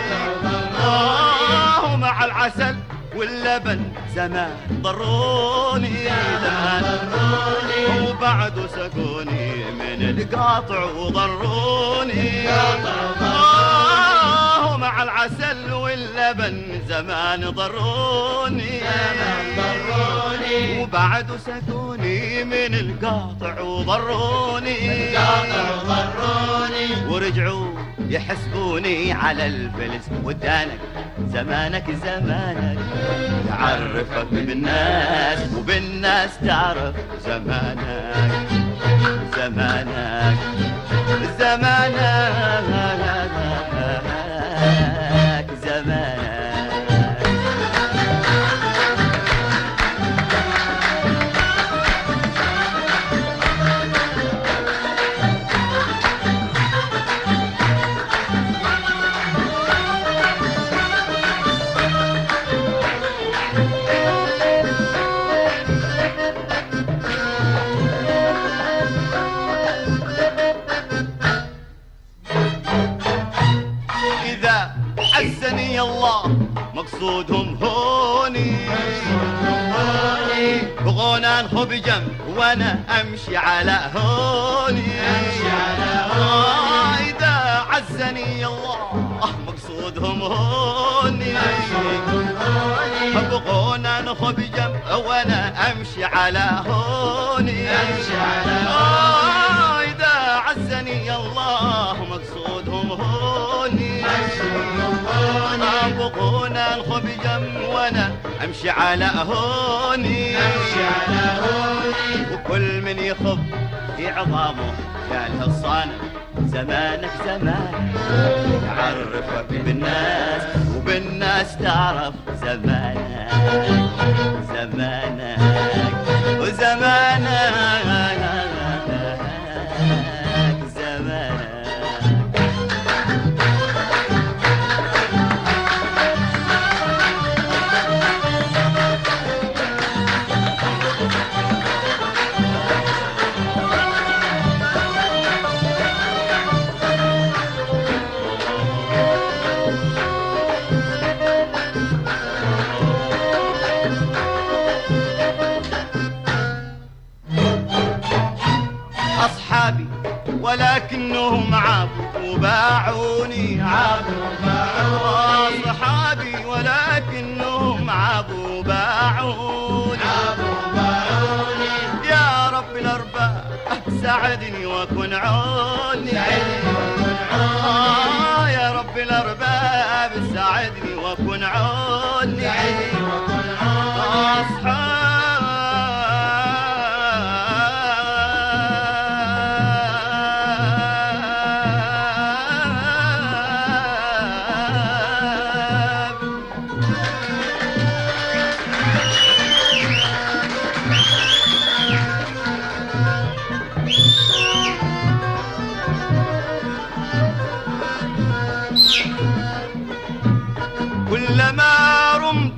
مع العسل واللبن زمان ضروني، وبعد سقوني من القاطع وضروني، مع العسل واللبن زمان ضروني، وبعد سقوني من القاطع وضروني، ورجعوا يحسبوني على الفلس ودانك زمانك زمانك يعرفك بالناس وبالناس تعرف زمانك، زمانك زمانك زمانك. عزني الله مقصودهم هوني بغونا نخب جنب وانا امشي على هوني اذا عزني الله مقصودهم هوني بغونا نخب جنب وانا امشي على هوني اذا عزني الله مقصودهم هوني بغونا نخب جنب وانا امشي على هوني وكل من يخب في عظامه يا الحصانة زمانك زمانك يعرفك بالناس وبالناس تعرف زمانك زمانك وزمانك ولكنهم عابوا وباعوني صحابي ولكنهم عابوا وباعوني يا رب الأرباب ساعدني وكن عوني يا رب الأرباب ساعدني وكن عوني كلما رمت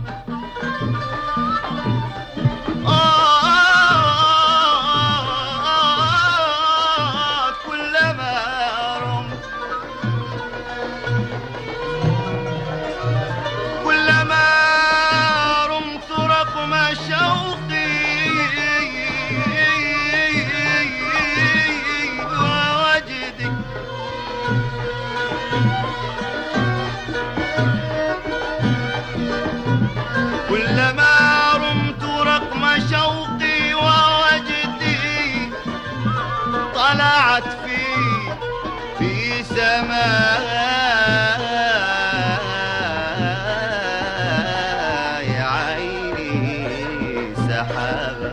رقم شوقي ووجدك كلما رمت رقم شوقي ووجدي طلعت في سماء عيني سحابة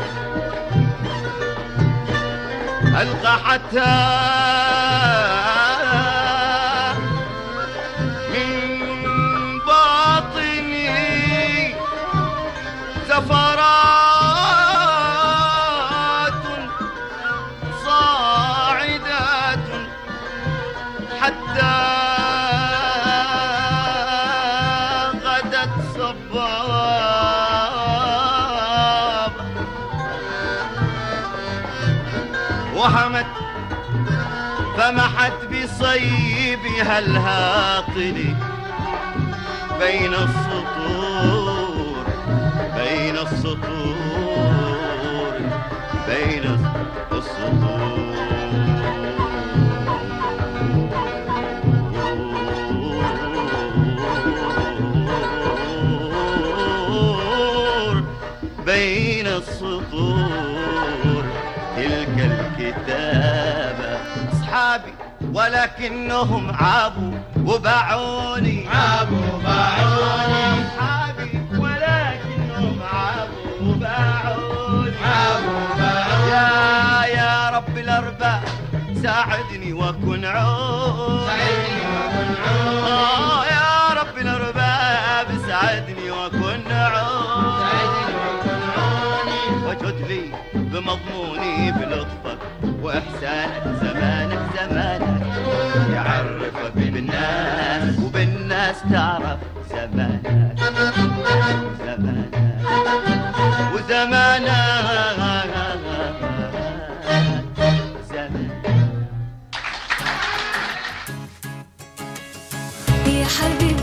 ألقى حتى سفرات صاعدات حتى غدت صباب وهمت فمحت بصيبها الهاطل بين السطور بين السطور بين السطور بين السطور تلك الكتابة أصحابي ولكنهم عابوا وباعوني أصحابي ولكنهم عابوا وباعوني يا رب الأرباب ساعدني وكن عون يا رب الأرباب ساعدني وكن عون وجد لي بمضموني بلطفك وإحسانك زمانك يعرفك بالناس وبالناس تعرف زمانك وزمانك يا حبيبي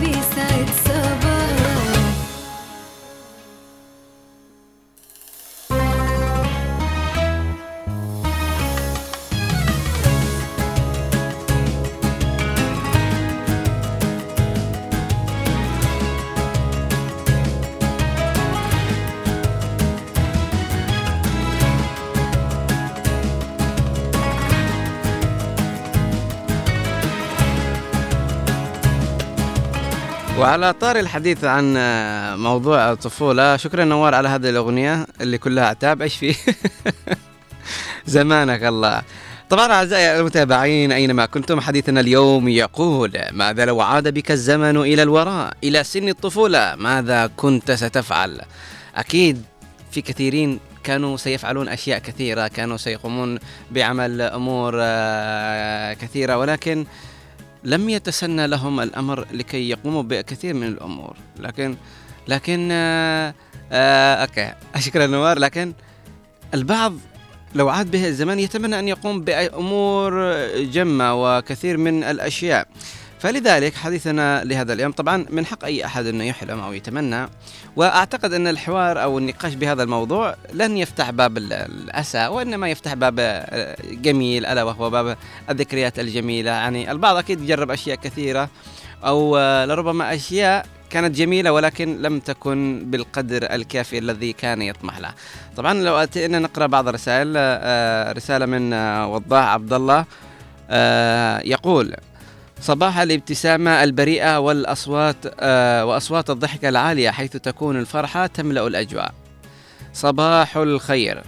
وعلى طار الحديث عن موضوع الطفولة، شكرا نوار على هذه الأغنية اللي كلها عتاب. إيش فيه؟ زمانك الله. طبعا أعزائي المتابعين أينما كنتم، حديثنا اليوم يقول: ماذا لو عاد بك الزمن إلى الوراء إلى سن الطفولة، ماذا كنت ستفعل؟ أكيد في كثيرين كانوا سيفعلون أشياء كثيرة، كانوا سيقومون بعمل أمور كثيرة، ولكن لم يتسنى لهم الأمر لكي يقوموا بكثير من الأمور. لكن أوكي، شكرا نوار. لكن البعض لو عاد به الزمان يتمنى أن يقوم بأمور جمة وكثير من الأشياء. فلذلك حديثنا لهذا اليوم، طبعا من حق أي أحد أنه يحلم أو يتمنى، وأعتقد أن الحوار أو النقاش بهذا الموضوع لن يفتح باب الأسى، وإنما يفتح باب جميل، ألا وهو باب الذكريات الجميلة. يعني البعض أكيد جرب أشياء كثيرة، أو لربما أشياء كانت جميلة ولكن لم تكن بالقدر الكافي الذي كان يطمح له. طبعا لو أتينا نقرأ بعض الرسائل، رسالة من وضاح عبد الله يقول: صباح الابتسامة البريئة وأصوات الضحك العالية، حيث تكون الفرحة تملأ الأجواء. صباح الخير.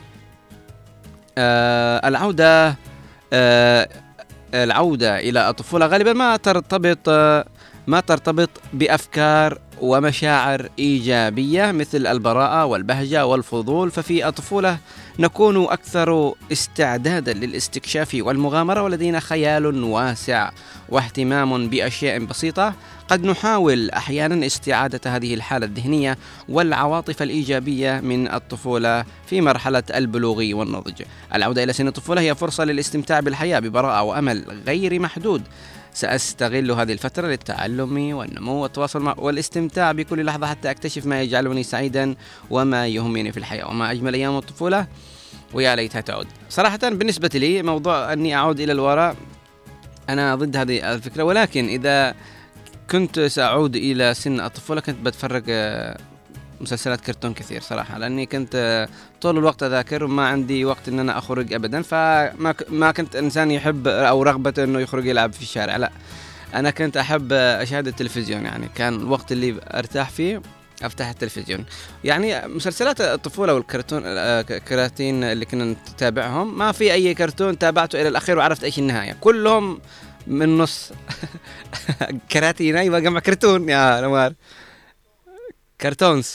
العودة إلى الطفولة غالبا ما ترتبط بأفكار ومشاعر إيجابية مثل البراءة والبهجة والفضول، ففي الطفولة نكون أكثر استعدادا للاستكشاف والمغامرة، ولدينا خيال واسع واهتمام بأشياء بسيطة. قد نحاول أحيانا استعادة هذه الحالة الذهنية والعواطف الإيجابية من الطفولة في مرحلة البلوغ والنضج. العودة إلى سن الطفولة هي فرصة للاستمتاع بالحياة ببراءة وأمل غير محدود. سأستغل هذه الفترة للتعلم والنمو والتواصل والاستمتاع بكل لحظة حتى أكتشف ما يجعلني سعيدا وما يهمني في الحياة. وما أجمل أيام الطفولة ويا ليتها تعود. صراحة بالنسبة لي موضوع أني أعود إلى الوراء أنا ضد هذه الفكرة، ولكن إذا كنت سأعود إلى سن الطفولة كنت بتفرج مسلسلات كرتون كثير صراحة، لأني كنت طول الوقت أذاكر وما عندي وقت أن أنا أخرج أبدا، فما كنت إنسان يحب أو رغبة أنه يخرج يلعب في الشارع، لا أنا كنت أحب أشاهد التلفزيون. يعني كان الوقت اللي أرتاح فيه أفتح التلفزيون. يعني مسلسلات الطفولة والكراتين اللي كنا نتابعهم ما في أي كرتون تابعته إلى الأخير وعرفت إيش النهاية، كلهم من نص كراتين. أيوة جمع كرتون يا نوار، كرتونز.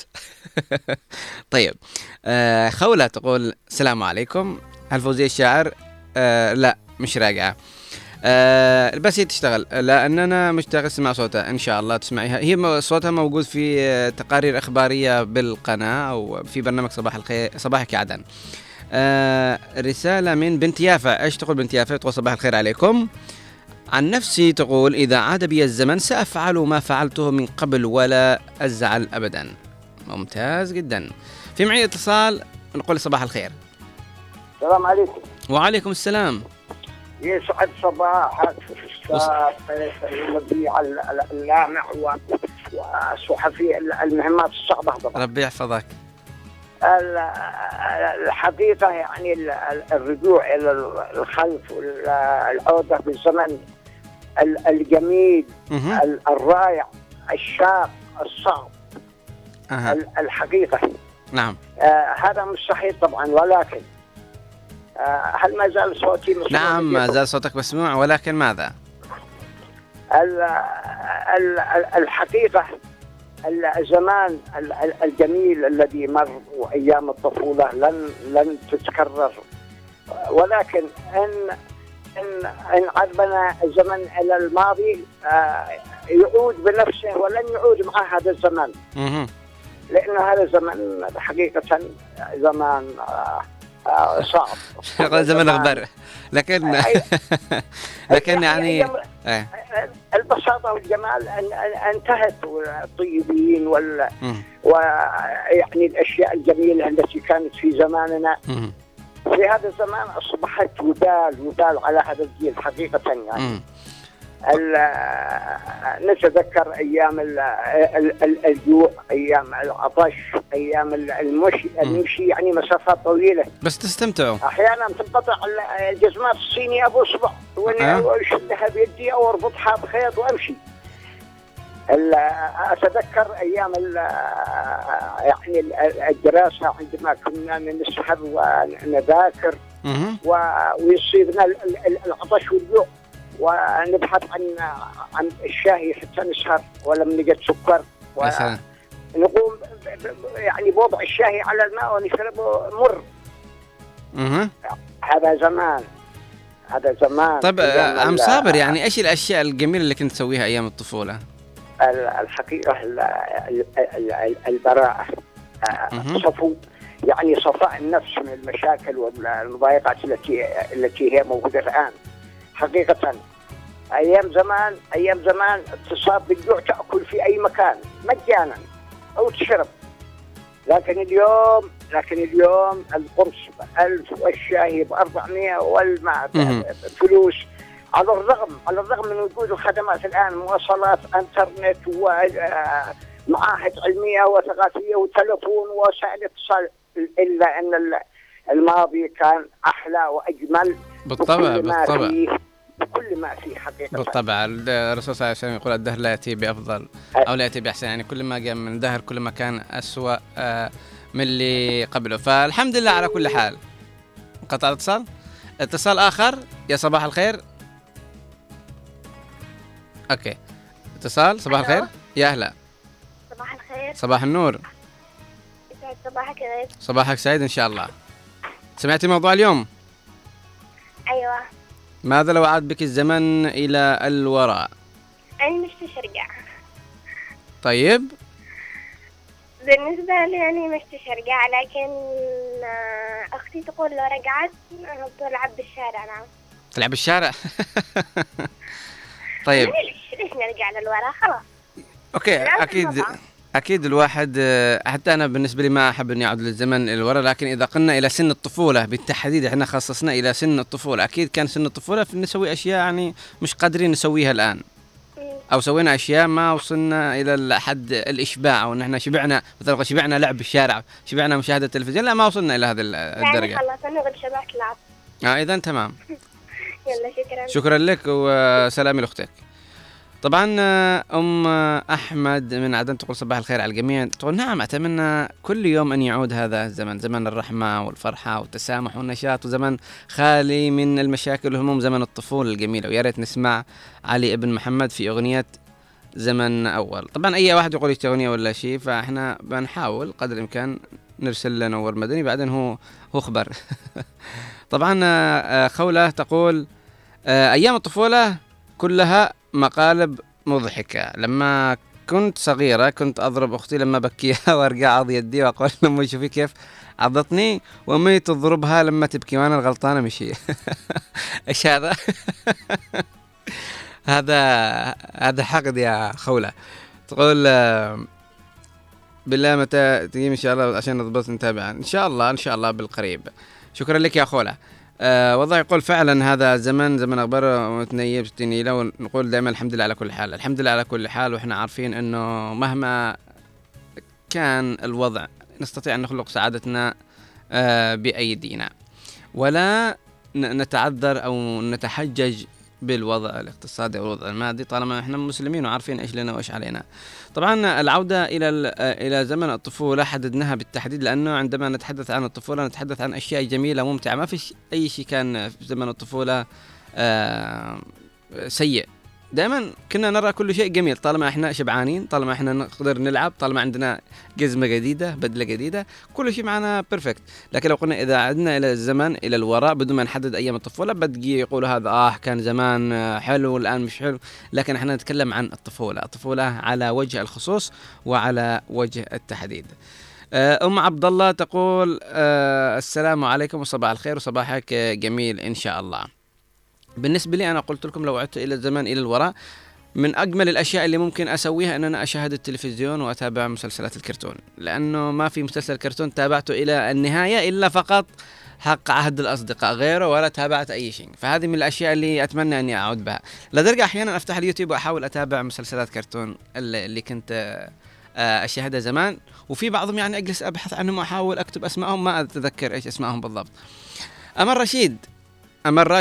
طيب خولة تقول: السلام عليكم، هل فوزية الشاعر؟ لا مش راجعة، بس هي تشتغل لأننا مشتاق اسمع صوتها، إن شاء الله تسمعيها. هي صوتها موجود في تقارير إخبارية بالقناة أو في برنامج صباح الخير، صباحك يا عدن. رسالة من بنت يافع. إيش تقول بنت يافع؟ تقول: صباح الخير عليكم. عن نفسي تقول: إذا عاد بي الزمن سأفعل ما فعلته من قبل ولا أزعل أبدا. ممتاز جدا. في معي اتصال، نقول صباح الخير. السلام عليكم. وعليكم السلام. يسعد صباحك الربيع اللامع والصحفي المهمات الصعبة. ربي يحفظك. الحقيقة يعني الرجوع إلى الخلف والعودة بالزمن الجميل الرائع الشاق الصعب الحقيقة. نعم. هذا مستحيل طبعا، ولكن هل ما زال صوتي مسموع؟ نعم ما زال صوتك مسموع، ولكن ماذا؟ الحقيقة الزمان الجميل الذي مر وأيام الطفولة لن تتكرر، ولكن إن عربنا الزمن إلى الماضي يعود بنفسه ولن يعود مع هذا الزمان، لأن هذا الزمن حقيقة زمان صعب. زمن غبر، لكن يعني البساطة والجمال انتهت، والطيبين ويعني الأشياء الجميلة التي كانت في زماننا في هذا الزمان أصبحت ودال على هذا الجيل حقيقة. يعني نتذكر أيام الجوع، أيام العطش، أيام المشي يعني مسافات طويلة بس تستمتعوا. أحيانا تنقطع الجزمات الصينية أبو صبع وأشدها بيدي أو أربطها بخيط وأمشي. أتذكر أيام يعني الدراسة عندما كنا نسهر ونذاكر ويصيبنا العطش والجوع ونبحث عن الشاي حتى نسهر ولم نجد سكر ونقوم يعني بوضع الشاي على الماء ونشربه مر. هذا زمان. طيب عم صابر، يعني ايش الاشياء الجميله اللي كنت تسويها ايام الطفوله؟ الحقيقه البراءه، صفو، يعني صفاء النفس من المشاكل والمضايقات التي هي موجوده الان. حقيقه ايام زمان تصاب بالجوع تاكل في اي مكان مجانا او تشرب، لكن اليوم القرص ب1000 والشاي ب400 والماء بفلوس، على الرغم من وجود الخدمات الآن، مواصلات، انترنت ومعاهد علمية وثقافية وتلفون ووسائل اتصال، إلا أن الماضي كان أحلى وأجمل. بالطبع بكل ما فيه حقيقة. بالطبع الرسول صلى الله عليه وسلم يقول الدهر لا يأتي بأفضل أو لا يأتي بأحسن، يعني كل ما جاء من الدهر كل ما كان أسوأ من اللي قبله. فالحمد لله على كل حال. قطع اتصال آخر. يا صباح الخير. أوكي اتصال. صباح الخير. يا أهلا. صباح الخير. صباح النور. يسعد صباحك يا غيث. صباحك سعيد إن شاء الله. سمعتي موضوع اليوم؟ أيوة. ماذا لو عاد بك الزمن إلى الوراء؟ أنا مش أرجع. طيب بالنسبة لي يعني مش أرجع، لكن أختي تقول لو رجعت بلعب بالشارع. نعم. تلعب بالشارع؟ طيب ليش نرجع للوراء؟ خلاص. أوكي أكيد الواحد، حتى أنا بالنسبة لي ما أحب أن يعود للزمن للوراء، لكن إذا قلنا إلى سن الطفولة بالتحديد، إحنا خصصنا إلى سن الطفولة، أكيد كان سن الطفولة نسوي أشياء يعني مش قادرين نسويها الآن، أو سوينا أشياء ما وصلنا إلى حد الإشباع، أو إن إحنا مثلا شبعنا لعب بالشارع، شبعنا مشاهدة التلفزيون، لا ما وصلنا إلى هذه الدرجة. يعني خلاص أنا قد شبعت لعب. إذن تمام. يلا شكرا لك وسلامي لأختك. طبعا أحمد من عدن تقول صباح الخير على الجميع. تقول نعم، أتمنى كل يوم أن يعود هذا الزمن، زمن الرحمة والفرحة والتسامح والنشاط، وزمن خالي من المشاكل والهموم، زمن الطفولة الجميلة. ويا ريت نسمع علي ابن محمد في أغنية زمن أول. طبعا أي واحد يقول يشتغل أغنية ولا شيء، فإحنا بنحاول قدر الإمكان نرسل له نور مدني، بعدين هو خبر. طبعا خولة تقول أيام الطفولة كلها مقالب مضحكة. لما كنت صغيرة كنت أضرب أختي لما بكيها وأرجع عض يدي وأقول لما شوفي كيف عضتني، وأمي تضربها لما تبكي وأنا الغلطانة مش هي. إيش هذا؟ هذا حقد يا خولة. تقول بالله متى تجي إن شاء الله عشان نضبط نتابع إن شاء الله بالقريب. شكرا لك يا خولة. وضع يقول فعلا هذا زمن أخبار وتنيب ستينيلة، ونقول دائما الحمد لله على كل حال، الحمد لله على كل حال. وإحنا عارفين أنه مهما كان الوضع نستطيع أن نخلق سعادتنا بأيدينا، ولا نتعذر أو نتحجج بالوضع الاقتصادي أو الوضع المادي طالما إحنا مسلمين وعارفين إيش لنا وإيش علينا. طبعا العودة إلى زمن الطفولة حددناها بالتحديد، لأنه عندما نتحدث عن الطفولة نتحدث عن أشياء جميلة ممتعة. ما فيش أي شيء كان في زمن الطفولة سيء. دائما كنا نرى كل شيء جميل طالما إحنا شبعانين، طالما إحنا نقدر نلعب، طالما عندنا جزمة جديدة، بدلة جديدة، كل شيء معنا بيرفكت. لكن لو قلنا إذا عدنا إلى الزمن إلى الوراء بدون ما نحدد أيام الطفولة، بدقي يقولوا هذا كان زمان حلو والآن مش حلو. لكن إحنا نتكلم عن الطفولة على وجه الخصوص وعلى وجه التحديد. عبد الله تقول السلام عليكم وصباح الخير وصباحك جميل إن شاء الله. بالنسبة لي أنا قلت لكم لو عدت إلى الزمن إلى الوراء، من أجمل الأشياء اللي ممكن أسويها أن أنا أشاهد التلفزيون وأتابع مسلسلات الكرتون، لأنه ما في مسلسل كرتون تابعته إلى النهاية إلا فقط حق عهد الأصدقاء، غيره ولا تابعت أي شيء. فهذه من الأشياء اللي أتمنى أني أعود بها. لدرجة أحيانا أفتح اليوتيوب وأحاول أتابع مسلسلات كرتون اللي كنت أشاهدها زمان، وفي بعضهم يعني أجلس أبحث عنهم وأحاول أكتب أسمائهم، ما أتذكر إيش أسمائهم بالضبط.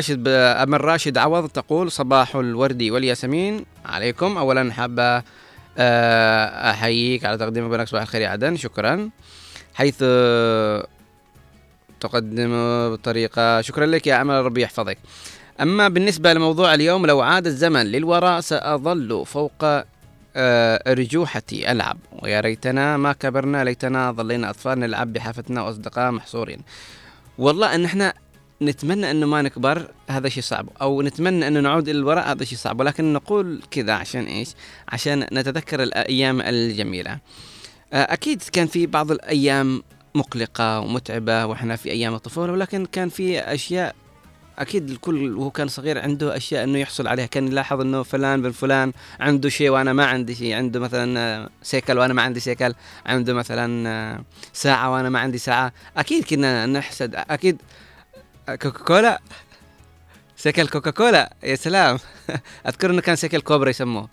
أمل راشد عوض تقول صباح الورد والياسمين عليكم. أولا حابة أحييك على تقديم برنامج صباح الخير يا عدن، شكرا. حيث تقدم بطريقة، شكرا لك يا أمل، ربي يحفظك. أما بالنسبة لموضوع اليوم، لو عاد الزمن للوراء سأظل فوق أرجوحتي ألعب، ويا ريتنا ما كبرنا، ليتنا ظلينا أطفال نلعب بحافتنا وأصدقاء محصورين. والله أن احنا نتمنى أنه ما نكبر، هذا شيء صعب، أو نتمنى أنه نعود إلى الوراء، هذا شيء صعب، ولكن نقول كذا عشان إيش؟ عشان نتذكر الأيام الجميلة. أكيد كان في بعض الأيام مقلقة ومتعبة وإحنا في أيام الطفولة، ولكن كان في أشياء أكيد الكل وهو كان صغير عنده أشياء أنه يحصل عليها. كان يلاحظ أنه فلان بن فلان عنده شيء وأنا ما عندي شيء، عنده مثلا سيكل وأنا ما عندي سيكل، عنده مثلا ساعة وأنا ما عندي ساعة. أكيد كنا نحسد. أكيد كوكاكولا، سيكل كوكاكولا، يا سلام. أذكر أنه كان سيكل كوبرا يسموه.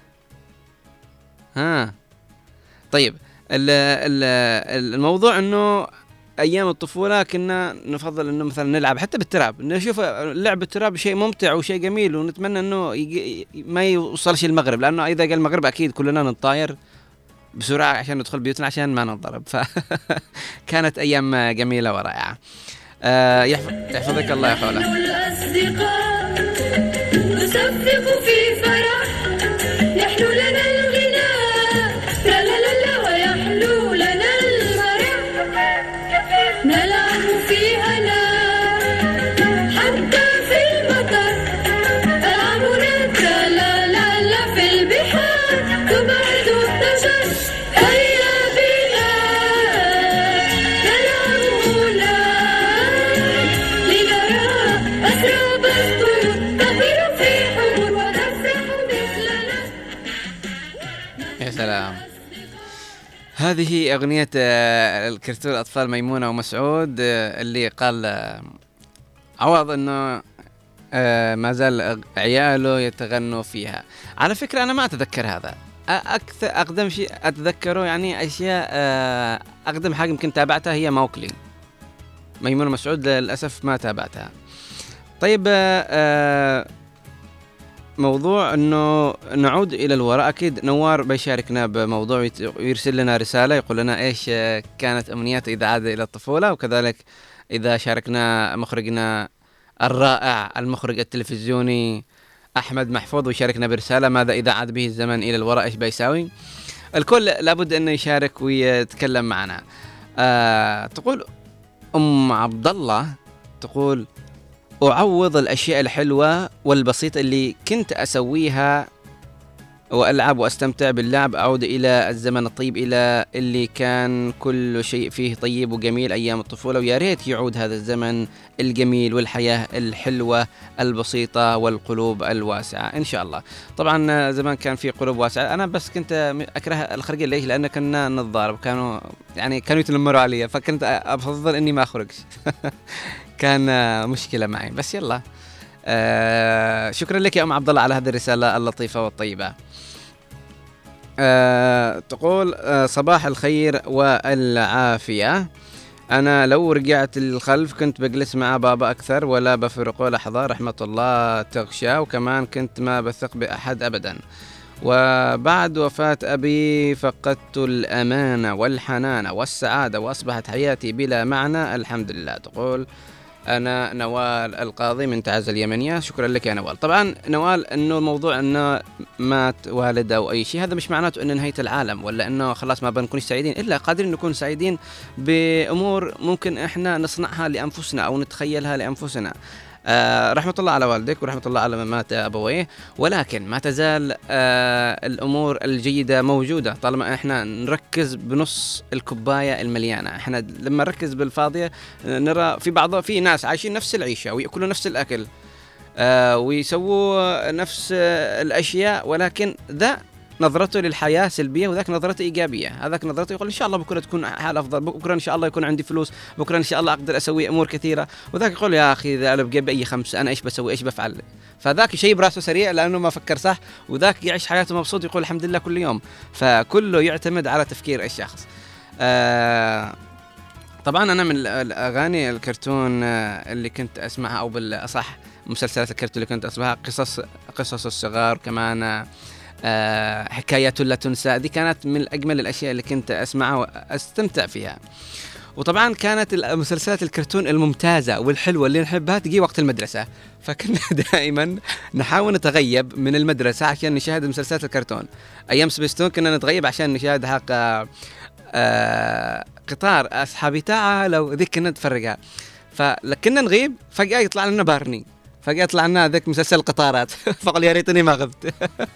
طيب الموضوع أنه أيام الطفولة كنا نفضل أنه مثلا نلعب حتى بالتراب، نشوف لعب بالتراب شيء ممتع وشيء جميل، ونتمنى أنه ما يوصلش المغرب، لأنه إذا قال المغرب أكيد كلنا نطاير بسرعة عشان ندخل بيوتنا عشان ما نضرب. فكانت أيام جميلة ورائعة. يحفظك الله يا خولة. نصفق في فرح، يحلو لنا الغناء، لا لا لا لا، ويحلو لنا المرح، نلعب في هنا حتى في المطر، ألعابنا لا لا لا في البحار، تبعد الضجر، هيا بنا نلعب هنا لنرى أسراب الطيور تطير في حبور ونفرح مثلنا. يا سلام. هذه أغنية الكرتون أطفال ميمونة ومسعود، اللي قال عوض أنه ما زال عياله يتغنوا فيها. على فكرة أنا ما أتذكر هذا. أقدم شيء أتذكره يعني أشياء، أقدم حاجة يمكن تابعتها هي موكلي. ميمونة ومسعود للأسف ما تابعتها. طيب موضوع أنه نعود إلى الوراء، أكيد نوار بيشاركنا بموضوع، يرسل لنا رسالة يقول لنا إيش كانت أمنياته إذا عاد إلى الطفولة، وكذلك إذا شاركنا مخرجنا الرائع المخرج التلفزيوني أحمد محفوظ ويشاركنا برسالة ماذا إذا عاد به الزمن إلى الوراء إيش بيساوي. الكل لابد أنه يشارك ويتكلم معنا. تقول أم عبد الله، تقول أعوض الأشياء الحلوة والبسيطة اللي كنت أسويها وألعب وأستمتع باللعب، أعود إلى الزمن الطيب، إلى اللي كان كل شيء فيه طيب وجميل أيام الطفولة، ويا ريت يعود هذا الزمن الجميل والحياة الحلوة البسيطة والقلوب الواسعة إن شاء الله. طبعا زمان كان في قلوب واسعة، أنا بس كنت أكره الخرجين. ليش؟ لأن كنا نتضارب، كانوا يتنمروا علي، فكنت أفضل إني ما أخرج. كان مشكلة معي، بس يلا. شكرا لك يا أم عبد الله على هذه الرسالة اللطيفة والطيبة. تقول صباح الخير والعافية. أنا لو رجعت للخلف كنت بجلس مع بابا أكثر ولا بفرقه لحظة، رحمة الله تغشى، وكمان كنت ما بثق بأحد أبدا، وبعد وفاة أبي فقدت الأمانة والحنان والسعادة وأصبحت حياتي بلا معنى، الحمد لله. تقول أنا نوال القاضي من تعز اليمنية. شكرا لك يا نوال. طبعا نوال، أنه الموضوع أنه مات والد أو أي شيء، هذا مش معناته أنه نهاية العالم ولا أنه خلاص ما بنكونش سعيدين، إلا قادرين نكون سعيدين بأمور ممكن إحنا نصنعها لأنفسنا أو نتخيلها لأنفسنا. رحمة الله على والدك ورحمة الله على من مات أبويه، ولكن ما تزال الأمور الجيدة موجودة طالما إحنا نركز بنص الكوباية المليانة. إحنا لما نركز بالفاضية نرى في ناس عايشين نفس العيشة ويأكلوا نفس الأكل ويسووا نفس الأشياء، ولكن ذا نظرته للحياة سلبية وذاك نظرته إيجابية. هذاك نظرته يقول إن شاء الله بكرة تكون حال أفضل، بكرة إن شاء الله يكون عندي فلوس، بكرة إن شاء الله أقدر أسوي أمور كثيرة، وذاك يقول يا أخي إذا أنا بجيب أي 5 أنا إيش بسوي إيش بفعل. فذاك شيء براسه سريع لأنه ما فكر صح، وذاك يعيش حياته مبسوط يقول الحمد لله كل يوم. فكله يعتمد على تفكير الشخص. طبعا أنا من الأغاني الكرتون اللي كنت أسمعها، أو بالأصح مسلسلات الكرتون اللي كنت أسمعها، قصص الصغار، كمان حكاية لا تنسى، دي كانت من أجمل الأشياء اللي كنت أسمعها وأستمتع فيها. وطبعا كانت المسلسلات الكرتون الممتازة والحلوة اللي نحبها تجي وقت المدرسة، فكنا دائما نحاول نتغيب من المدرسة عشان نشاهد مسلسلات الكرتون. أيام سبيستون كنا نتغيب عشان نشاهد حق قطار أصحابي تاعها، لو ذيك كنا نتفرقها، فلكنا نغيب فجأة يطلع لنا بارني، فجأة يطلع لنا ذاك مسلسل القطارات فقال يا ريتني ما غبت.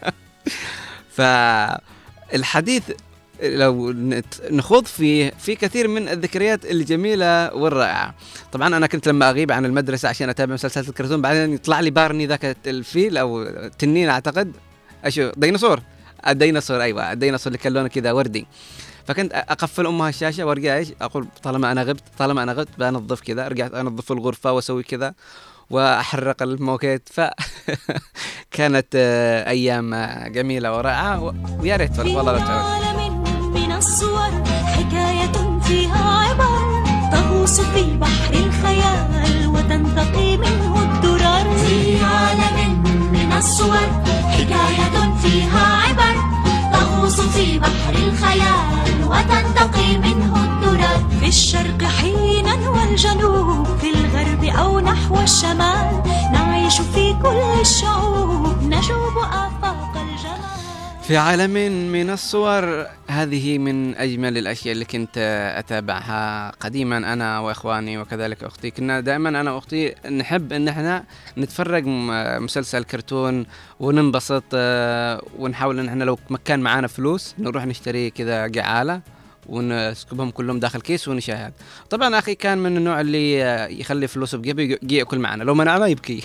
فالحديث لو نخوض في كثير من الذكريات الجميلة والرائعة. طبعا أنا كنت لما أغيب عن المدرسة عشان أتابع مسلسلات الكرتون بعدين يطلع لي بارني ذاك الفيل أو تنين أعتقد، أشو ديناصور، الديناصور، أيوة الديناصور اللي كان لونه كذا وردي. فكنت أقفل أمها الشاشة وأرجع إيش أقول طالما أنا غبت بنظف كذا، رجعت أنظف الغرفة وأسوي كذا وأحرق الموكيت. فكانت أيام جميلة ورائعة ويا ريت والله لا تعود. من الصور حكاية فيها عبر، تغوص في بحر الخيال وتنتقي منه الدرر. في عالم من الصور حكاية فيها عبر، تغوص في بحر الخيال وتنتقي منه الدرر. في الشرق حينا والجنوب، في الغرب أو نحو الشمال، نعيش في كل الشعوب نشوب آفاق الجمال. في عالم من الصور، هذه من أجمل الأشياء اللي كنت أتابعها قديما أنا وإخواني وكذلك أختي. كنا دائما أنا وأختي نحب أن احنا نتفرج مسلسل كرتون وننبسط، ونحاول أن احنا لو مكان معانا فلوس نروح نشتري كذا جعالة ونسكبهم كلهم داخل كيس ونشاهد. طبعا أخي كان من النوع اللي يخلي فلوسه بجيبه يجي يأكل معنا، لو منعنا يبكي.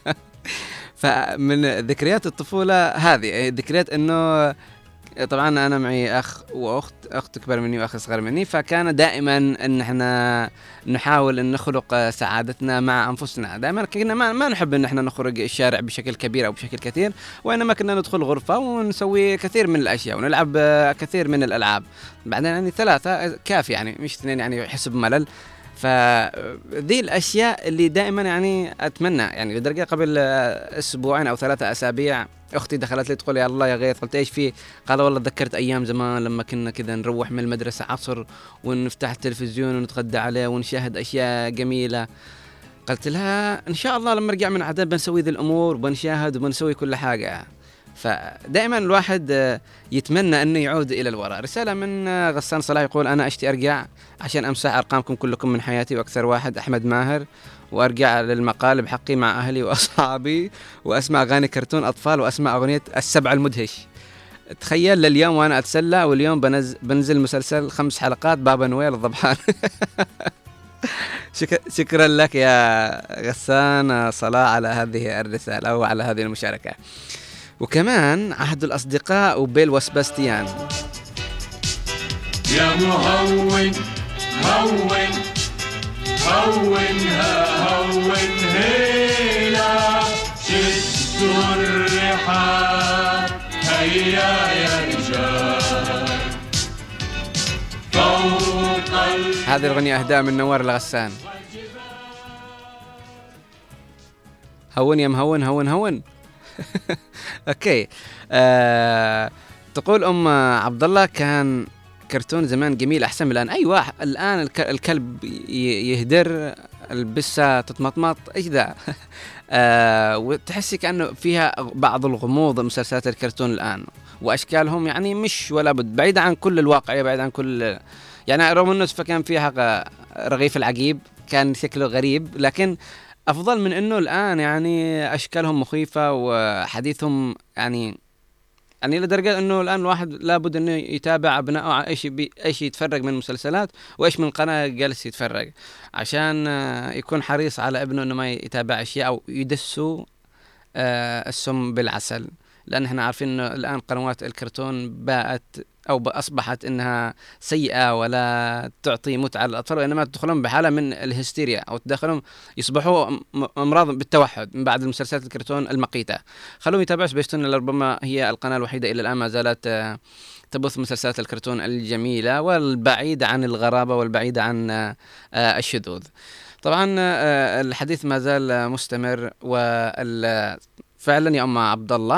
فمن ذكريات الطفولة هذه ذكريات أنه طبعا أنا معي أخ وأخت، أخت أكبر مني وأخ أصغر مني، فكان دائما أن احنا نحاول أن نخلق سعادتنا مع أنفسنا. دائما كنا ما نحب أن احنا نخرج الشارع بشكل كبير أو بشكل كثير، وإنما كنا ندخل غرفة ونسوي كثير من الأشياء ونلعب كثير من الألعاب. بعدين يعني 3 كافي، يعني مش 2 يعني يحس بملل. فذي الأشياء اللي دائما يعني أتمنى، يعني لدرجة قبل 2 أو 3 أسابيع أختي دخلت لي تقول يا الله يا غيث، قلت إيش فيه؟ قال والله تذكرت أيام زمان لما كنا كذا نروح من المدرسة عصر ونفتح التلفزيون ونتغدى عليه ونشاهد أشياء جميلة. قلت لها إن شاء الله لما نرجع من عدن بنسوي ذي الأمور وبنشاهد وبنسوي كل حاجة. فدائما الواحد يتمنى أنه يعود إلى الوراء. رسالة من غسان صلاح يقول أنا أشتي أرجع عشان أمسح أرقامكم كلكم من حياتي، وأكثر واحد أحمد ماهر، وأرجع للمقالب حقي مع أهلي وأصحابي، وأسمع أغاني كرتون أطفال، وأسمع أغنية السبع المدهش. تخيل لليوم وأنا أتسلى، واليوم بنزل مسلسل 5 حلقات بابا نويل الضبحان. شكرا لك يا غسان صلاح على هذه الرسالة وعلى هذه المشاركة. وكمان عهد الأصدقاء وبيل وسباستيان. يا مهون هون هونها هون هيلا، شدوا الرحال هيا يا رجال فوق هذه الأغنية أهداء من نوار الغسان. هون يا مهون هون هون. اوكي. تقول ام عبد الله كان كرتون زمان جميل احسن من الان. ايوه الان الكلب يهدر، البسه تتمطمط، ايش ذا. وتحسي كانه فيها بعض الغموض مسلسلات الكرتون الان، واشكالهم يعني مش ولا بد، بعيد عن كل الواقعيه، بعيد عن كل يعني رغم انه كان فيها رغيف العقيب كان شكله غريب، لكن أفضل من إنه الآن يعني أشكالهم مخيفة وحديثهم يعني لدرجة إنه الآن الواحد لابد إنه يتابع أبنائه إيش يتفرج من مسلسلات وإيش من قناة جالس يتفرج، عشان يكون حريص على ابنه إنه ما يتابع أشياء أو يدسوا السم بالعسل. لأن إحنا عارفين إنه الآن قنوات الكرتون باءت أو أصبحت إنها سيئة ولا تعطي متعة للأطفال، وإنما تدخلهم بحالة من الهستيريا أو تدخلهم يصبحوا أمراض بالتوحد من بعد المسلسلات الكرتون المقيتة. خلوهم يتابعوا سبيستون، ربما هي القناة الوحيدة إلى الآن ما زالت تبث مسلسلات الكرتون الجميلة والبعيدة عن الغرابة والبعيدة عن الشذوذ. طبعا الحديث ما زال مستمر، فعلا يا أم عبد الله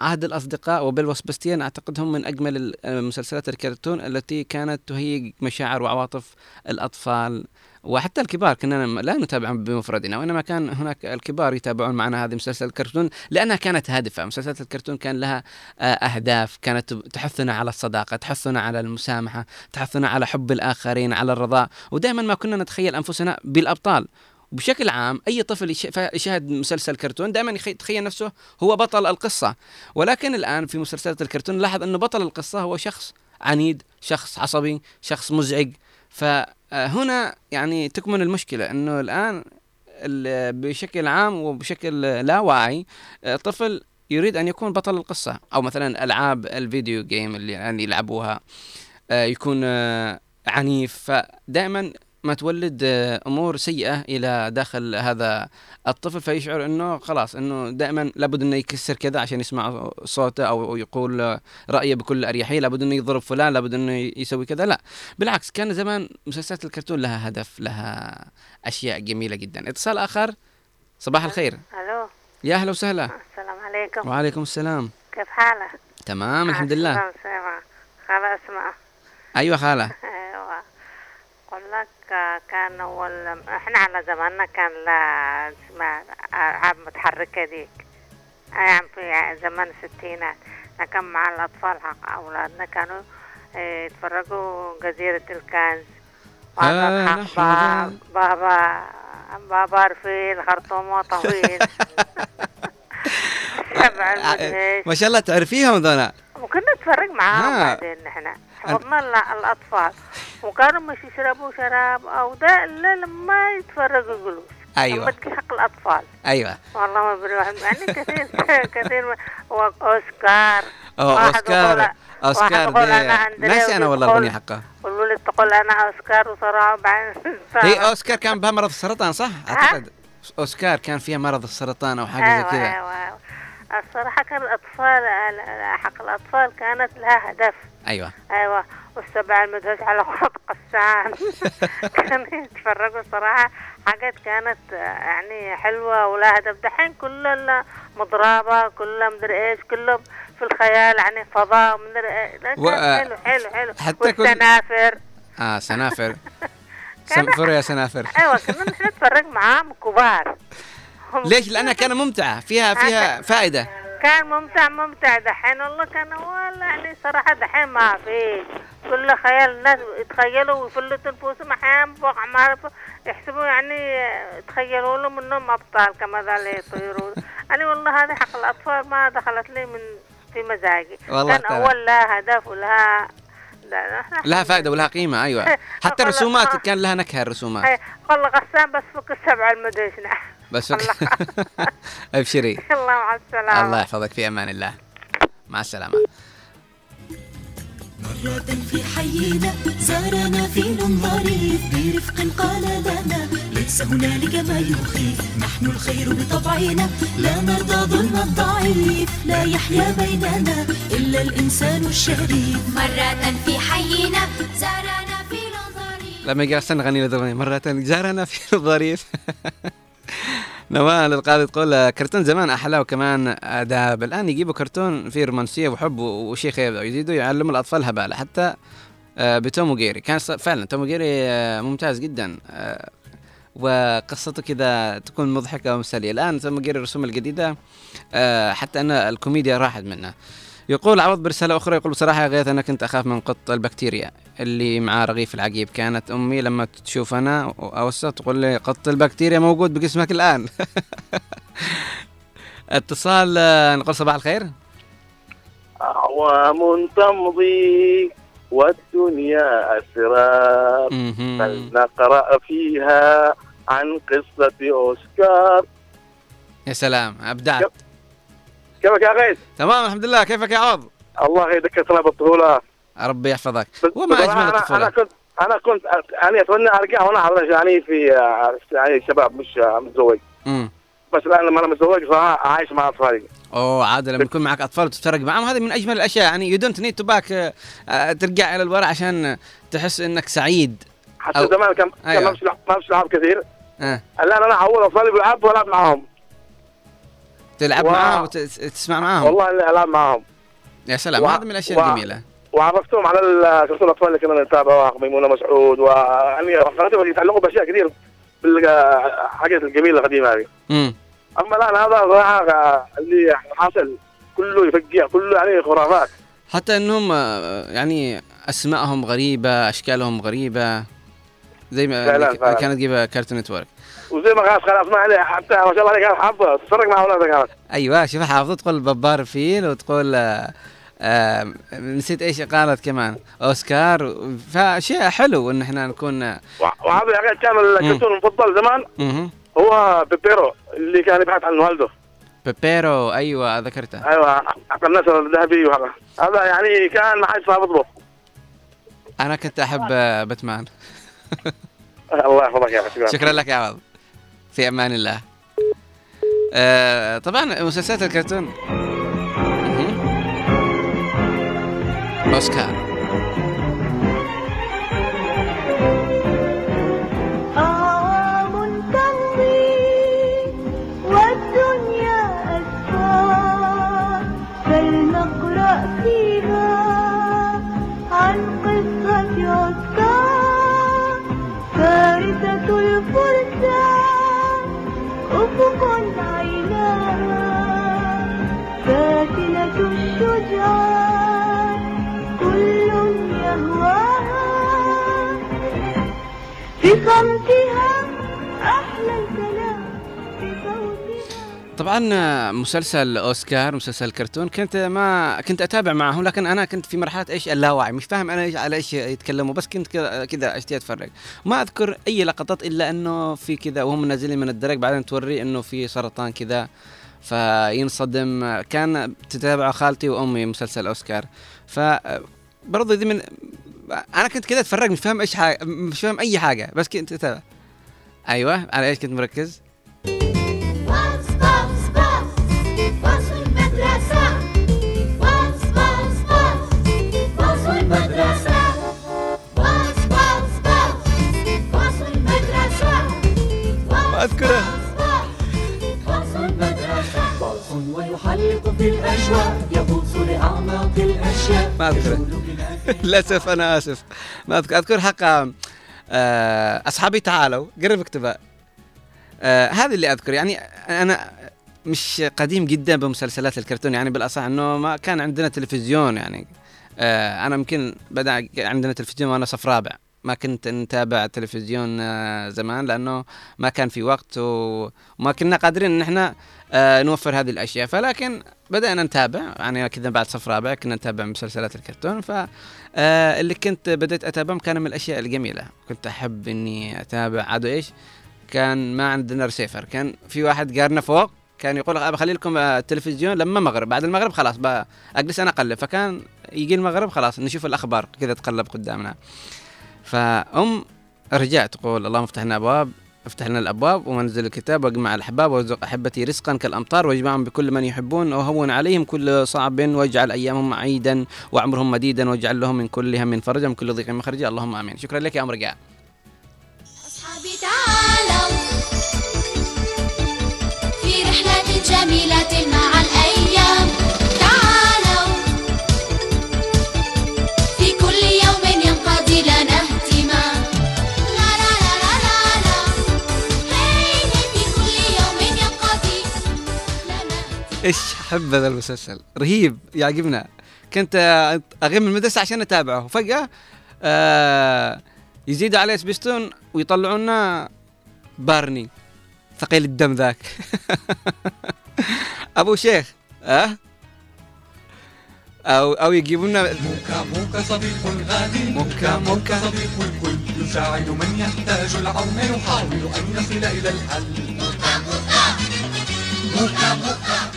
عهد الأصدقاء وبيل وسباستيان أعتقد هم من أجمل مسلسلات الكرتون التي كانت تهيج مشاعر وعواطف الأطفال وحتى الكبار. كنا لا نتابع بمفردنا، وإنما كان هناك الكبار يتابعون معنا هذه مسلسل الكرتون لأنها كانت هادفة. مسلسلات الكرتون كان لها أهداف، كانت تحثنا على الصداقة، تحثنا على المسامحة، تحثنا على حب الآخرين، على الرضا. ودائما ما كنا نتخيل أنفسنا بالأبطال. بشكل عام أي طفل يشاهد مسلسل كرتون دائما يتخيل نفسه هو بطل القصة. ولكن الآن في مسلسلات الكرتون نلاحظ أنه بطل القصة هو شخص عنيد، شخص عصبي، شخص مزعج. فهنا يعني تكمن المشكلة، أنه الآن بشكل عام وبشكل لا واعي طفل يريد أن يكون بطل القصة. أو مثلا ألعاب الفيديو جيم اللي يعني يلعبوها يكون عنيف، فدائما ما تولد أمور سيئة إلى داخل هذا الطفل، فيشعر أنه خلاص أنه دائما لابد أنه يكسر كذا عشان يسمع صوته أو يقول رأيه بكل أريحية، لابد أنه يضرب فلان، لابد أنه يسوي كذا. لا بالعكس، كان زمان مسلسلات الكرتون لها هدف، لها أشياء جميلة جدا. اتصال آخر. صباح الخير. ألو. يا أهلا وسهلا. السلام عليكم. وعليكم السلام. كيف حالك؟ تمام الحمد لله. خالة أسماء. أيوة خالة. أيوة. أقول لك كان أول إحنا على زماننا كان لا اسمها ألعاب متحركة ديك، أيام في زمان الستينات. كان مع الأطفال حق أولادنا كانوا يتفرجوا جزيرة الكنز، بابا رفيل خرطومه طويل. سبع المدهش. ما شاء الله تعرفيها مدنا. وكنا نتفرج معاهم بعدين نحن حفظنا الأطفال، وكانوا مش يشربوا شراب أو ده إلا لما يتفرجوا جلوس. أيوة. بدك حق الأطفال. أيوة. والله ما بروح يعني كثير كثير. وأوسكار. أوسكار ناسي أنا والله الأغنية حقها. والولد تقول أنا أوسكار وصراحة بعدين. هي أوسكار كان بها مرض السرطان صح؟ أعتقد أوسكار كان فيها مرض السرطان أو حاجة زي كذا. أيوة. الصراحة كان الأطفال حق الأطفال كانت لها هدف. أيوة. والسبع المدهش على خط قسان. كانوا يتفرجوا صراحة حاجات كانت يعني حلوة ولا هدف. دحين كلها مضربة، كلها مدري إيش، كلهم في الخيال يعني فضاء ومدري إيش. حلو. والسنافر. سنافر. سنفر يا سنافر. أيوة كنا نتفرج معاهم كبار. ليش؟ لأنها كانت ممتعة، فيها فائدة. كان ممتع. دحين والله كان والله يعني صراحة دحين ما في، كل خيال. الناس يتخيلوا ويفلتوا نفوسهم أحيانا فوق عمارة يحسبوا يعني يتخيلوا لهم إنهم أبطال كما ذا اللي يطيروا. يعني والله هذه حق الأطفال ما دخلت لي في مزاجي. كان أول لها هدف ولها لها فائدة ولها قيمة. أيوة. حتى الرسومات كان لها نكهة الرسومات. قل غسان بس فوق السبع المدهشنا. بس ابشري. الله مع السلامة. الله يحفظك، في أمان الله. مع السلامة. مرة في حينا زارنا فيل ظريف برفق قال لنا ليس هنالك ما يخيف، نحن الخير بطبعنا لا نرضى ظلم الضعيف، لا يحيا بيننا إلا الإنسان الشريف. مرة في حينا زارنا فيل ظريف. لما يجي أحسن غني له مرة زارنا فيل ظريف. نوال القاضي تقول كرتون زمان أحلى وكمان آداب. الآن يجيبوا كرتون فيه رومانسية وحب وشيء خير، يزيدوا يعلموا الأطفال هبالة. حتى بتوم وجيري كان فعلا توم وجيري ممتاز جدا، وقصته كذا تكون مضحكة ومسلية. الآن توم وجيري الرسوم الجديدة حتى أن الكوميديا راحت منها. يقول عوض برسالة أخرى، يقول بصراحة يا غيث أنا كنت أخاف من قط البكتيريا اللي معاه رغيف العجيب. كانت أمي لما تشوف أنا أوسط تقول لي قط البكتيريا موجود بجسمك الآن. اتصال. نقول صباح الخير. أعوام تمضي والدنيا أسرار، فلنقرأ فيها عن قصة أوسكار. يا سلام أبدعت. كيفك يا غيث؟ تمام الحمد لله. كيفك يا عوض؟ الله يذكرنا بالطفولة. ربي يحفظك. وما أجمل الطفولة. أنا كنت يعني أتمنى أرجع وأنا حضرت يعني في يعني شباب مش متزوج. بس الآن لما أنا متزوج فعايش مع أطفالي. عاد لما يكون معك أطفال وتتفرج معهم هذا من أجمل الأشياء. يعني you don't need to back ترجع إلى الوراء عشان تحس إنك سعيد. حتى زمان كان ما مش لعب كثير. الآن أنا أعود أطفالي بالعب وألعب معهم. تلعب معاهم وتسمع معاهم؟ والله اني العب معاهم. يا سلام، هذا من الاشياء الجميله. وعرفتهم على كرتون الاطفال اللي كنا نتابعها، ميمونه مسعود، ويعني قناتهم يتعلقوا باشياء كثير بالحاجات الجميله القديمه هذه. اما الان هذا صراحه اللي حاصل كله يفجع، كله يعني خرافات. حتى انهم يعني اسمائهم غريبه، اشكالهم غريبه، زي ما كانت تجيبها كارتون نتورك. وزي ما خلاص ما عليه، حتى ما شاء الله عليك حافظ تتفرج مع اولادك كانت. ايوه شوف حافظ، تقول ببار فيل، وتقول نسيت ايش قالت كمان، اوسكار. فشيء حلو ان احنا نكون. وهذا يعني كان الكرتون المفضل زمان هو بيبيرو اللي كان يبحث عن والده. بيبيرو، ايوه ذكرته. ايوه عقل النسر الذهبي، وهذا هذا يعني كان ما حد صابط له. انا كنت احب باتمان. الله يحفظك يا اخي. شكرا لك يا عوض، في امان الله. طبعا مسلسلات الكرتون. اوسكار. أعوام تمضي والدنيا أسفار، فلنقرأ فيها عن قصة أوسكار، فارسة الفرسان أفق عيناها، فاتنة الشجعان كل يهواها، في صمتها أحلى الكلام، في صوتها. طبعا مسلسل اوسكار، مسلسل كرتون، كنت اتابع معهم، لكن انا كنت في مرحله ايش اللاوعي، مش فاهم انا على ايش يتكلموا، بس كنت كذا اشتي اتفرج، ما اذكر اي لقطات الا انه في كذا وهم نازلين من الدرج، بعدين توري انه في سرطان كذا فينصدم. كان تتابع خالتي وامي مسلسل اوسكار، فبرضه دي من انا كنت كذا اتفرج، مش فاهم ايش حاجه، مش فاهم اي حاجه، بس كنت اتابع. ايوه على ايش كنت مركز؟ ما اذكره. ويحلق في الأجواء، يغوص لأعماق الأشياء. ما أذكره للأسف، أنا آسف ما أذكر حق. أصحابي تعالوا، قرب اكتبها. هذا اللي أذكر. يعني أنا مش قديم جدا بمسلسلات الكرتون، يعني بالأصح أنه ما كان عندنا تلفزيون. يعني أنا ممكن بدأ عندنا تلفزيون وأنا صف رابع، ما كنت نتابع تلفزيون زمان لأنه ما كان في وقت وما كنا قادرين إن إحنا نوفر هذه الأشياء. فلكن بدأنا نتابع، يعني كذا بعد صف رابع كنا نتابع مسلسلات الكرتون. فاللي كنت بدأت أتابعهم كان من الأشياء الجميلة. كنت أحب إني أتابع عادو إيش، كان ما عندنا رسيفر، كان في واحد جارنا فوق كان يقول بخلي لكم التلفزيون لما مغرب، بعد المغرب خلاص أجلس أنا أقلب. فكان يجي المغرب خلاص نشوف الأخبار كذا تقلب قدامنا. رجعت تقول اللهم افتح لنا أبواب، افتح لنا الأبواب ومنزل الكتاب، واجمع الأحباب وارزق أحبتي رزقا كالأمطار، واجمعهم بكل من يحبون، وهون عليهم كل صعب، واجعل أيامهم عيدا وعمرهم مديدا، واجعل لهم من كل هم فرجا، من كل ضيق مخرجا، اللهم آمين. شكرا لك يا أم رجاء. أصحابي تعالوا في رحلة جميلة مع الأيام، تعالوا في كل يوم ينقضي لنا اهتمام، لا لا لا لا لا لا، هي في كل يوم ينقضي لنا. إيش حب هذا المسلسل، رهيب يعجبنا. كنت أغيب من المدرسة عشان أتابعه، فجأة يزيدوا عليه سبيستون ويطلعونا بارني ثقيل الدم ذاك. أبو شيخ أو يجيبونا موكا موكا صديق غالي، موكا موكا صديق الكل، يساعد من يحتاج العون، يحاول أن يصل إلى الحل. موكا موكا موكا موكا.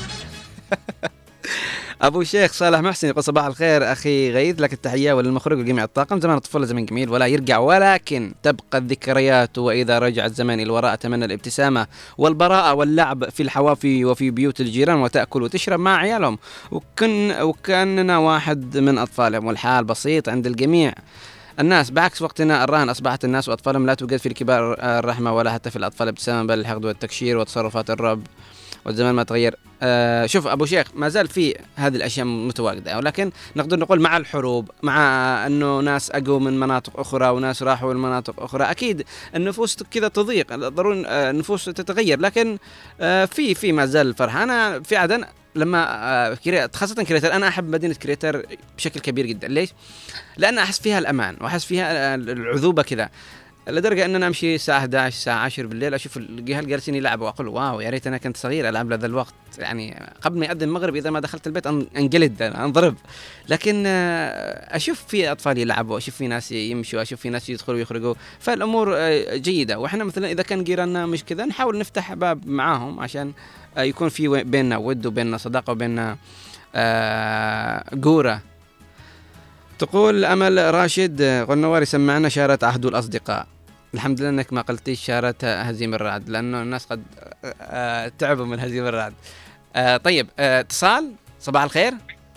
أبو شيخ صالح محسن يقول صباح الخير أخي غيث، لك التحية وللمخرج وجميع الطاقم. زمان الطفولة زمن جميل ولا يرجع، ولكن تبقى الذكريات، وإذا رجع الزمان إلى الوراء أتمنى الابتسامة والبراءة واللعب في الحوافي وفي بيوت الجيران، وتأكل وتشرب مع عيالهم، وكأننا واحد من أطفالهم، والحال بسيط عند الجميع الناس، بعكس وقتنا الراهن أصبحت الناس وأطفالهم لا توجد في الكبار الرحمة ولا حتى في الأطفال ابتسامة، بل الحقد والتكشير وتصرفات الرب والزمان ما تغير. شوف أبو شيخ، ما زال في هذه الأشياء متواجدة، ولكن نقدر نقول مع الحروب، مع أنه ناس أجوا من مناطق أخرى وناس راحوا من مناطق أخرى، أكيد النفوس كذا تضيق، ضروري النفوس تتغير، لكن في ما زال الفرح. أنا في عدن لما خاصة كريتر، أنا أحب مدينة كريتر بشكل كبير جدا. ليش؟ لأن أحس فيها الأمان وأحس فيها العذوبة كذا، لدرجة أن أنا أمشي الساعة 11 الساعة 10 بالليل أشوف الجهال جالسين يلعبوا وأقول واو يا ريت أنا كنت صغير ألعب لهذا الوقت، يعني قبل ما يأذن المغرب إذا ما دخلت البيت أنجلد أنضرب. لكن أشوف في أطفال يلعبوا، أشوف في ناس يمشوا، أشوف في ناس يدخلوا ويخرجوا، فالأمور جيدة. وإحنا مثلا إذا كان جيراننا مش كذا نحاول نفتح باب معاهم عشان يكون في بيننا ود وبيننا صداقة وبيننا جورة. تقول أمل راشد غنواري سمعنا شارة عهد الأصدقاء. الحمد لله أنك ما قلتيش شارة هزيم الرعد، لأنه الناس قد تعبوا من هزيم الرعد. طيب اتصال. صباح الخير.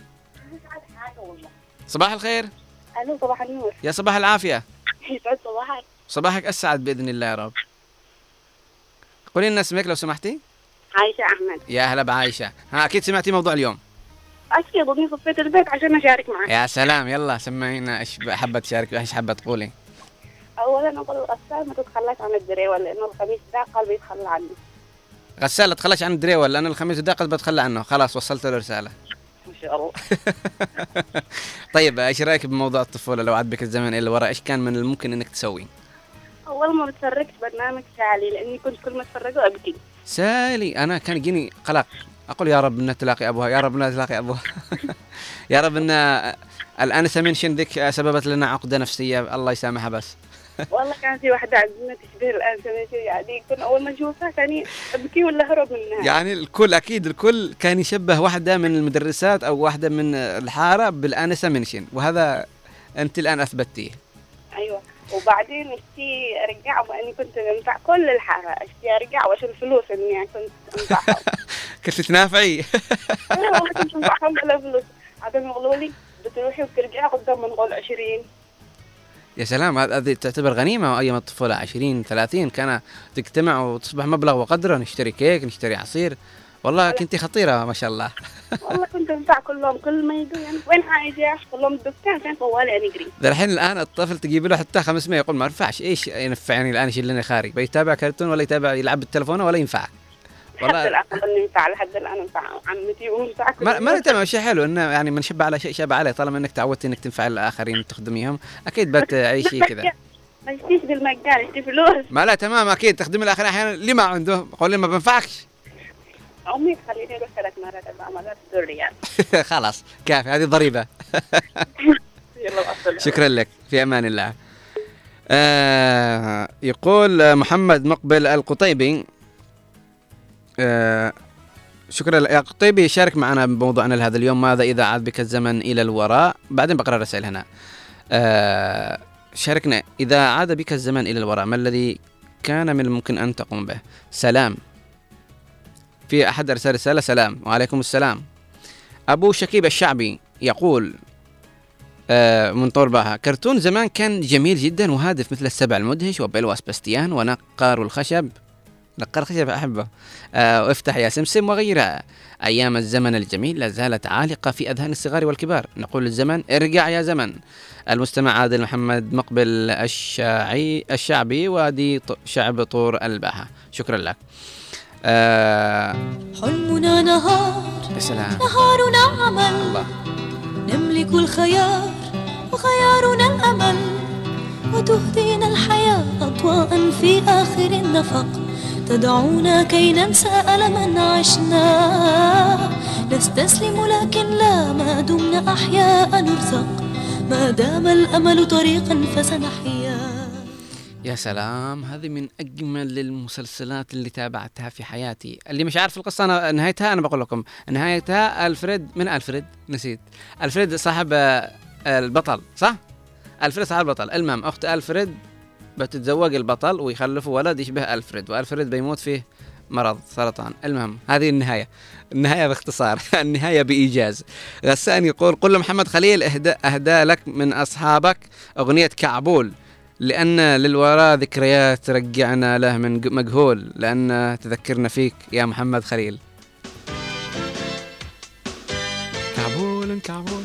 صباح الخير. ألو صباح النور. يا صباح العافية. يسعد صباحك. صباحك أسعد بإذن الله يا رب. قولي لنا اسمك لو سمحتي. عايشة أحمد. يا هلا بعايشة. أكيد سمعتي موضوع اليوم. أكيد ضمني صفيت البيت عشان أشارك معك. يا سلام، يلا سمعينا إيش حابة تشارك، إيش حابة تقولي؟ أولا أقول الغسال ما تتخلاش عن الدريول، لأنه الخميس ده قلبي يتخلى عنه. غسال لا تتخلاش عن الدريول، لأن الخميس ده قلبي بتخلى عنه. خلاص وصلت له رسالة. ما شاء الله. طيب إيش رأيك بموضوع الطفولة؟ لو عاد بك الزمن إلى وراء إيش كان من الممكن إنك تسوي؟ أول ما بتفرجت برنامج سالي، لأني كنت كل ما أتفرجه أبكي. سالي أنا كان يجيني قلق، أقول يا رب إن تلاقي أبوها، يا رب إن تلاقي أبوها. يا رب إن الآنسة من شندك سببت لنا عقدة نفسية، الله يسامحها. بس والله كان في واحدة عندنا تشبه الآنسة من شيء، يعني كنا أول ما نشوفها كان أبكي ولا هرب منها. يعني الكل أكيد الكل كان يشبه واحدة من المدرسات أو واحدة من الحارة بالآنسة منشن، وهذا أنت الآن أثبتيه. أيوة. وبعدين اشتي ارجع، واني كنت انفع كل الحاره، اشتي ارجع واشيل فلوس اني كنت انفعهم. كنت تنافعي؟ انا والله كنت انفعهم بلا فلوس، عادهم يقولوا لي بتروحي وبترجعي قدام منقول 20. يا سلام، هذه تعتبر غنيمه ايام الطفوله. 20 30 كان تجتمع وتصبح مبلغ وقدره، نشتري كيك نشتري عصير. والله كنتي خطيره ما شاء الله. والله كنت انفع كلهم، كل ما يجوا يعني وين حاجه يا اخي كلهم الدكان كان طوالي انا اجري. الحين الان الطفل تجيب له حتى 500 يقول ما ينفعش، ايش ينفعني الان يشيل لنا خارج، بيتابع كرتون ولا يتابع يلعب بالتليفون ولا ينفع. والله لحد الان ينفع، لحد الان ينفع عمتي وينفع ما نتابع شيء حلو، انه يعني من شبع على شيء شبع عليه، طالما انك تعودتي انك تنفع الاخرين وتخدميهم اكيد بتعيشي كذا. ما اشتيش بالمجان، اشتي فلوس. ما لا تمام اكيد تخدمي الاخرين احيانا اللي ما عنده، قول لي ما بنفعكش. امي تخليني اروح 3 مرات 4 مرات بدون ريال. خلاص كافي، هذه ضريبه. يلا شكرا لك، في امان الله. يقول محمد مقبل القطيبي، شكرا يا قطيبي، شارك معنا بموضوعنا لهذا اليوم، ماذا إذا عاد بك الزمن إلى الوراء. بعدين بقرأ الرسائل هنا. شاركنا إذا عاد بك الزمن إلى الوراء ما الذي كان من الممكن أن تقوم به. سلام. في أحد أرسل رسالة سلام وعليكم السلام. أبو شكيب الشعبي يقول من طورباها، كرتون زمان كان جميل جدا وهادف مثل السبع المدهش وبيلو سباستيان ونقار الخشب. نقار الخشب أحبه. وافتح يا سمسم وغيرها. أيام الزمن الجميل لا زالت عالقة في أذهان الصغار والكبار. نقول للزمن ارجع يا زمن. المستمع عادل محمد مقبل الشعبي وادي شعب طور الباحة. شكرا لك. حلمنا نهار، يا سلام، نهارنا عمل، الله. نملك الخيار وخيارنا الأمل، وتهدينا الحياة أضواء في آخر النفق، تدعونا كي ننسى ألما عشنا، نستسلم لكن لا، ما دمنا أحياء نرزق، ما دام الأمل طريقا فسنحيا. يا سلام، هذه من أجمل المسلسلات اللي تابعتها في حياتي. اللي مش عارف القصة أنا نهايتها أنا بقول لكم نهايتها ألفريد، من ألفريد نسيت، ألفريد صاحب البطل صح؟ ألفريد صاحب البطل. المهم أخت ألفريد بتتزوج البطل ويخلفوا ولد يشبه ألفريد، وألفريد بيموت فيه مرض سرطان. المهم هذه النهاية باختصار. النهاية بإيجاز. غسان يقول قل لمحمد خليل أهدى لك من أصحابك أغنية كعبول، لأن للوراء ذكريات رجعنا له من مجهول، لأن تذكرنا فيك يا محمد خليل. كعبول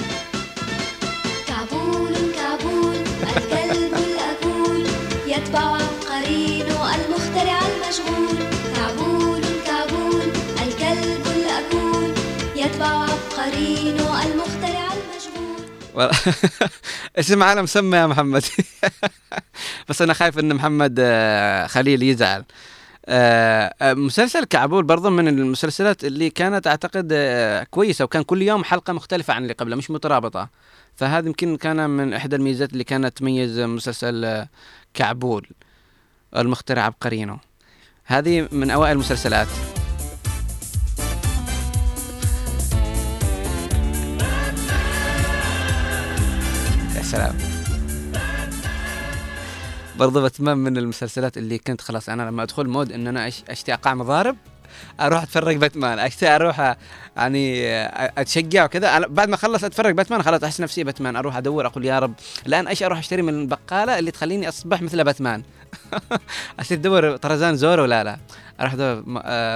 كعبول كعبول الكلب الأكول يتبع قرينه المخترع المشغول. كعبول كعبول الكلب الأكول يتبع قرينه المخترع المشغول. اسم على مسمى يا محمد. بس أنا خايف إن محمد خليل يزعل. مسلسل كعبول برضو من المسلسلات اللي كانت أعتقد كويسة، وكان كل يوم حلقة مختلفة عن اللي قبلها مش مترابطة، فهذا يمكن كان من إحدى الميزات اللي كانت تميز مسلسل كعبول المخترع عبقرينه. هذه من أوائل المسلسلات. يا سلام. برضو باتمان من المسلسلات اللي كنت خلاص أنا لما أدخل مود إن أنا أشتي أقع مضارب أروح أتفرج باتمان، أشتي أروح يعني أتشجع وكذا. بعد ما خلص أتفرج باتمان خلاص أحس نفسي باتمان، أروح أدور أقول يا رب الآن إيش أروح أشتري من البقالة اللي تخليني أصبح مثل باتمان. أصير أدور طرزان زورو، لا أروح أدور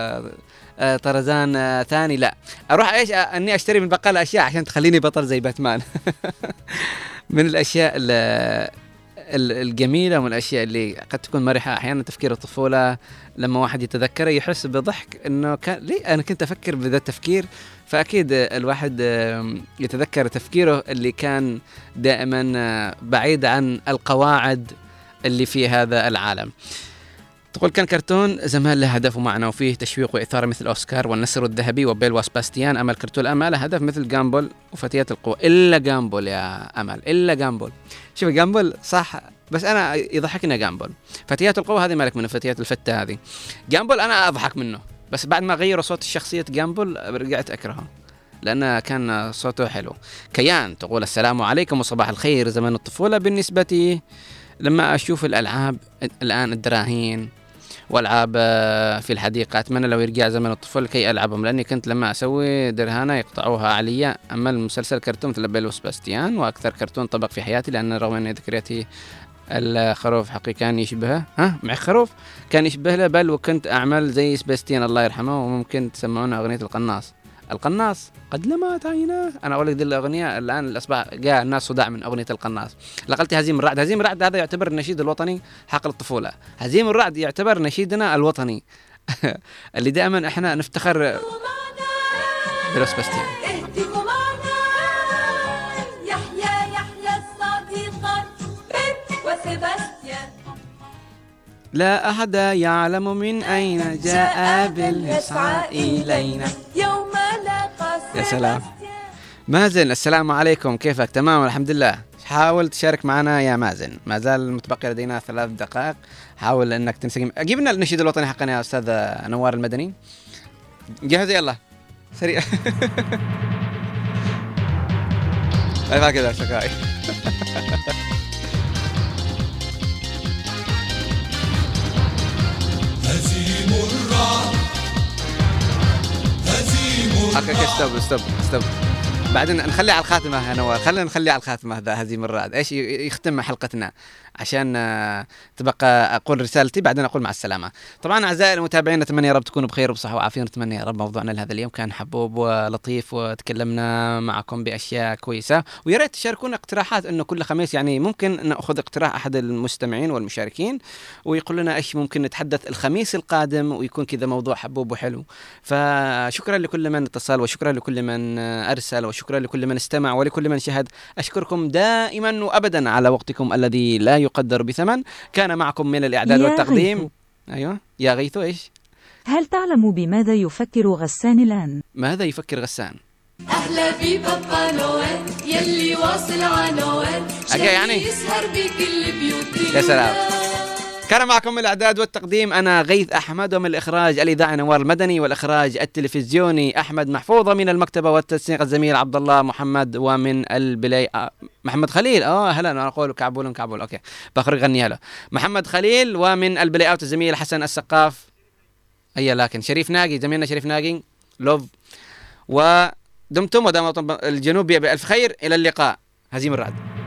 طرزان ثاني، لا أروح إيش أني أشتري من البقالة أشياء عشان تخليني بطل زي باتمان. من الأشياء الجميلة ومن الأشياء اللي قد تكون مرحة أحيانا تفكير الطفولة لما واحد يتذكره يحس بضحك إنه كان ليه أنا كنت أفكر بذا التفكير. فأكيد الواحد يتذكر تفكيره اللي كان دائما بعيد عن القواعد اللي في هذا العالم. تقول كان كرتون زمان له هدف ومعنى وفيه تشويق وإثارة مثل أوسكار والنسر الذهبي وبيل وسباستيان. أما الكرتون الآن ما له هدف مثل جامبل وفتيات القوة. إلا جامبل يا أمل، إلا جامبل. شوف جامبل صح بس أنا يضحكني جامبل. فتيات القوة هذه مالك منه، فتيات الفتة هذه. جامبل أنا أضحك منه، بس بعد ما غيروا صوت الشخصية جامبل رجعت أكرهه لأنه كان صوته حلو. كيان تقول السلام عليكم وصباح الخير. زمن الطفولة بالنسبة لما أشوف الألعاب الآن الدراهين والعاب في الحديقة أتمنى لو يرجع زمن الطفولة كي ألعبهم، لأني كنت لما أسوي درهانة يقطعوها علي. أما المسلسل كرتون مثل بيل وسباستيان وأكثر كرتون طبق في حياتي، لأن رغم أن ذكرياتي الخروف حقي كان يشبهه مع خروف كان يشبه له، بل وكنت أعمل زي سباستيان الله يرحمه. وممكن تسمعونه أغنية القناص. القناص قد لمعت عيناه. أنا أقول لك دي الأغنية الآن الأصبح جاء الناس صداع من أغنية القناص. لقلت هزيم الرعد. هزيم الرعد هذا يعتبر النشيد الوطني حق الطفولة. هزيم الرعد يعتبر نشيدنا الوطني اللي دائما إحنا نفتخر بسباستيان. لا أحد يعلم من أين جاء بالإسعاء إلينا يوم لاقى. يا سلام. مازن السلام عليكم، كيفك؟ تمام الحمد لله. حاول تشارك معنا يا مازن، ما زال متبقي لدينا 3 دقائق. حاول أنك تنسجم. أجيب لنا النشيد الوطني حقنا يا أستاذ نوار المدني. جهز يلا سريع. أيوة كذا شكاي. هزيم الرعد هزيم الرعد. استوب بعدين نخلي على الخاتمة يا نوار. خلينا نخلي على الخاتمة هذا هزيم الرعد ايش يختم حلقتنا عشان تبقى اقول رسالتي بعدين اقول مع السلامة. طبعا اعزائي المتابعين نتمنى يا رب تكونوا بخير وبصحة وعافية. نتمنى يا رب موضوعنا لهذا اليوم كان حبوب ولطيف وتكلمنا معكم باشياء كويسة. ويا ريت تشاركونا اقتراحات انه كل خميس يعني ممكن ناخذ اقتراح احد المستمعين والمشاركين ويقول لنا ايش ممكن نتحدث الخميس القادم ويكون كذا موضوع حبوب وحلو. فشكرا لكل من اتصل وشكرا لكل من ارسل وشكرا لكل من استمع ولكل من شاهد. أشكركم دائما وأبدا على وقتكم الذي لا يقدر بثمن. كان معكم من الإعداد والتقديم غيثو. أيوة يا غيثو إيش؟ هل تعلم بماذا يفكر غسان الآن؟ ماذا يفكر غسان؟ أهلا ببابا نويل يلي واصل عنوان يعني يسهر بكل بيوت. يا سلام. كان معكم من الإعداد والتقديم أنا غيث أحمد، ومن الإخراج الإذاعي نوار المدني، والإخراج التلفزيوني أحمد محفوظ، من المكتبة والتنسيق الزميل عبد الله محمد، ومن البلاي محمد خليل. هلا أنا أقول كعبول أوكي بخرج غنيها له محمد خليل، ومن البلاي أوت الزميل حسن السقاف. لكن شريف ناقي زميلنا شريف ناقي لوف. ودمتم ودام الجنوب بألف خير. إلى اللقاء. هزيم الرعد.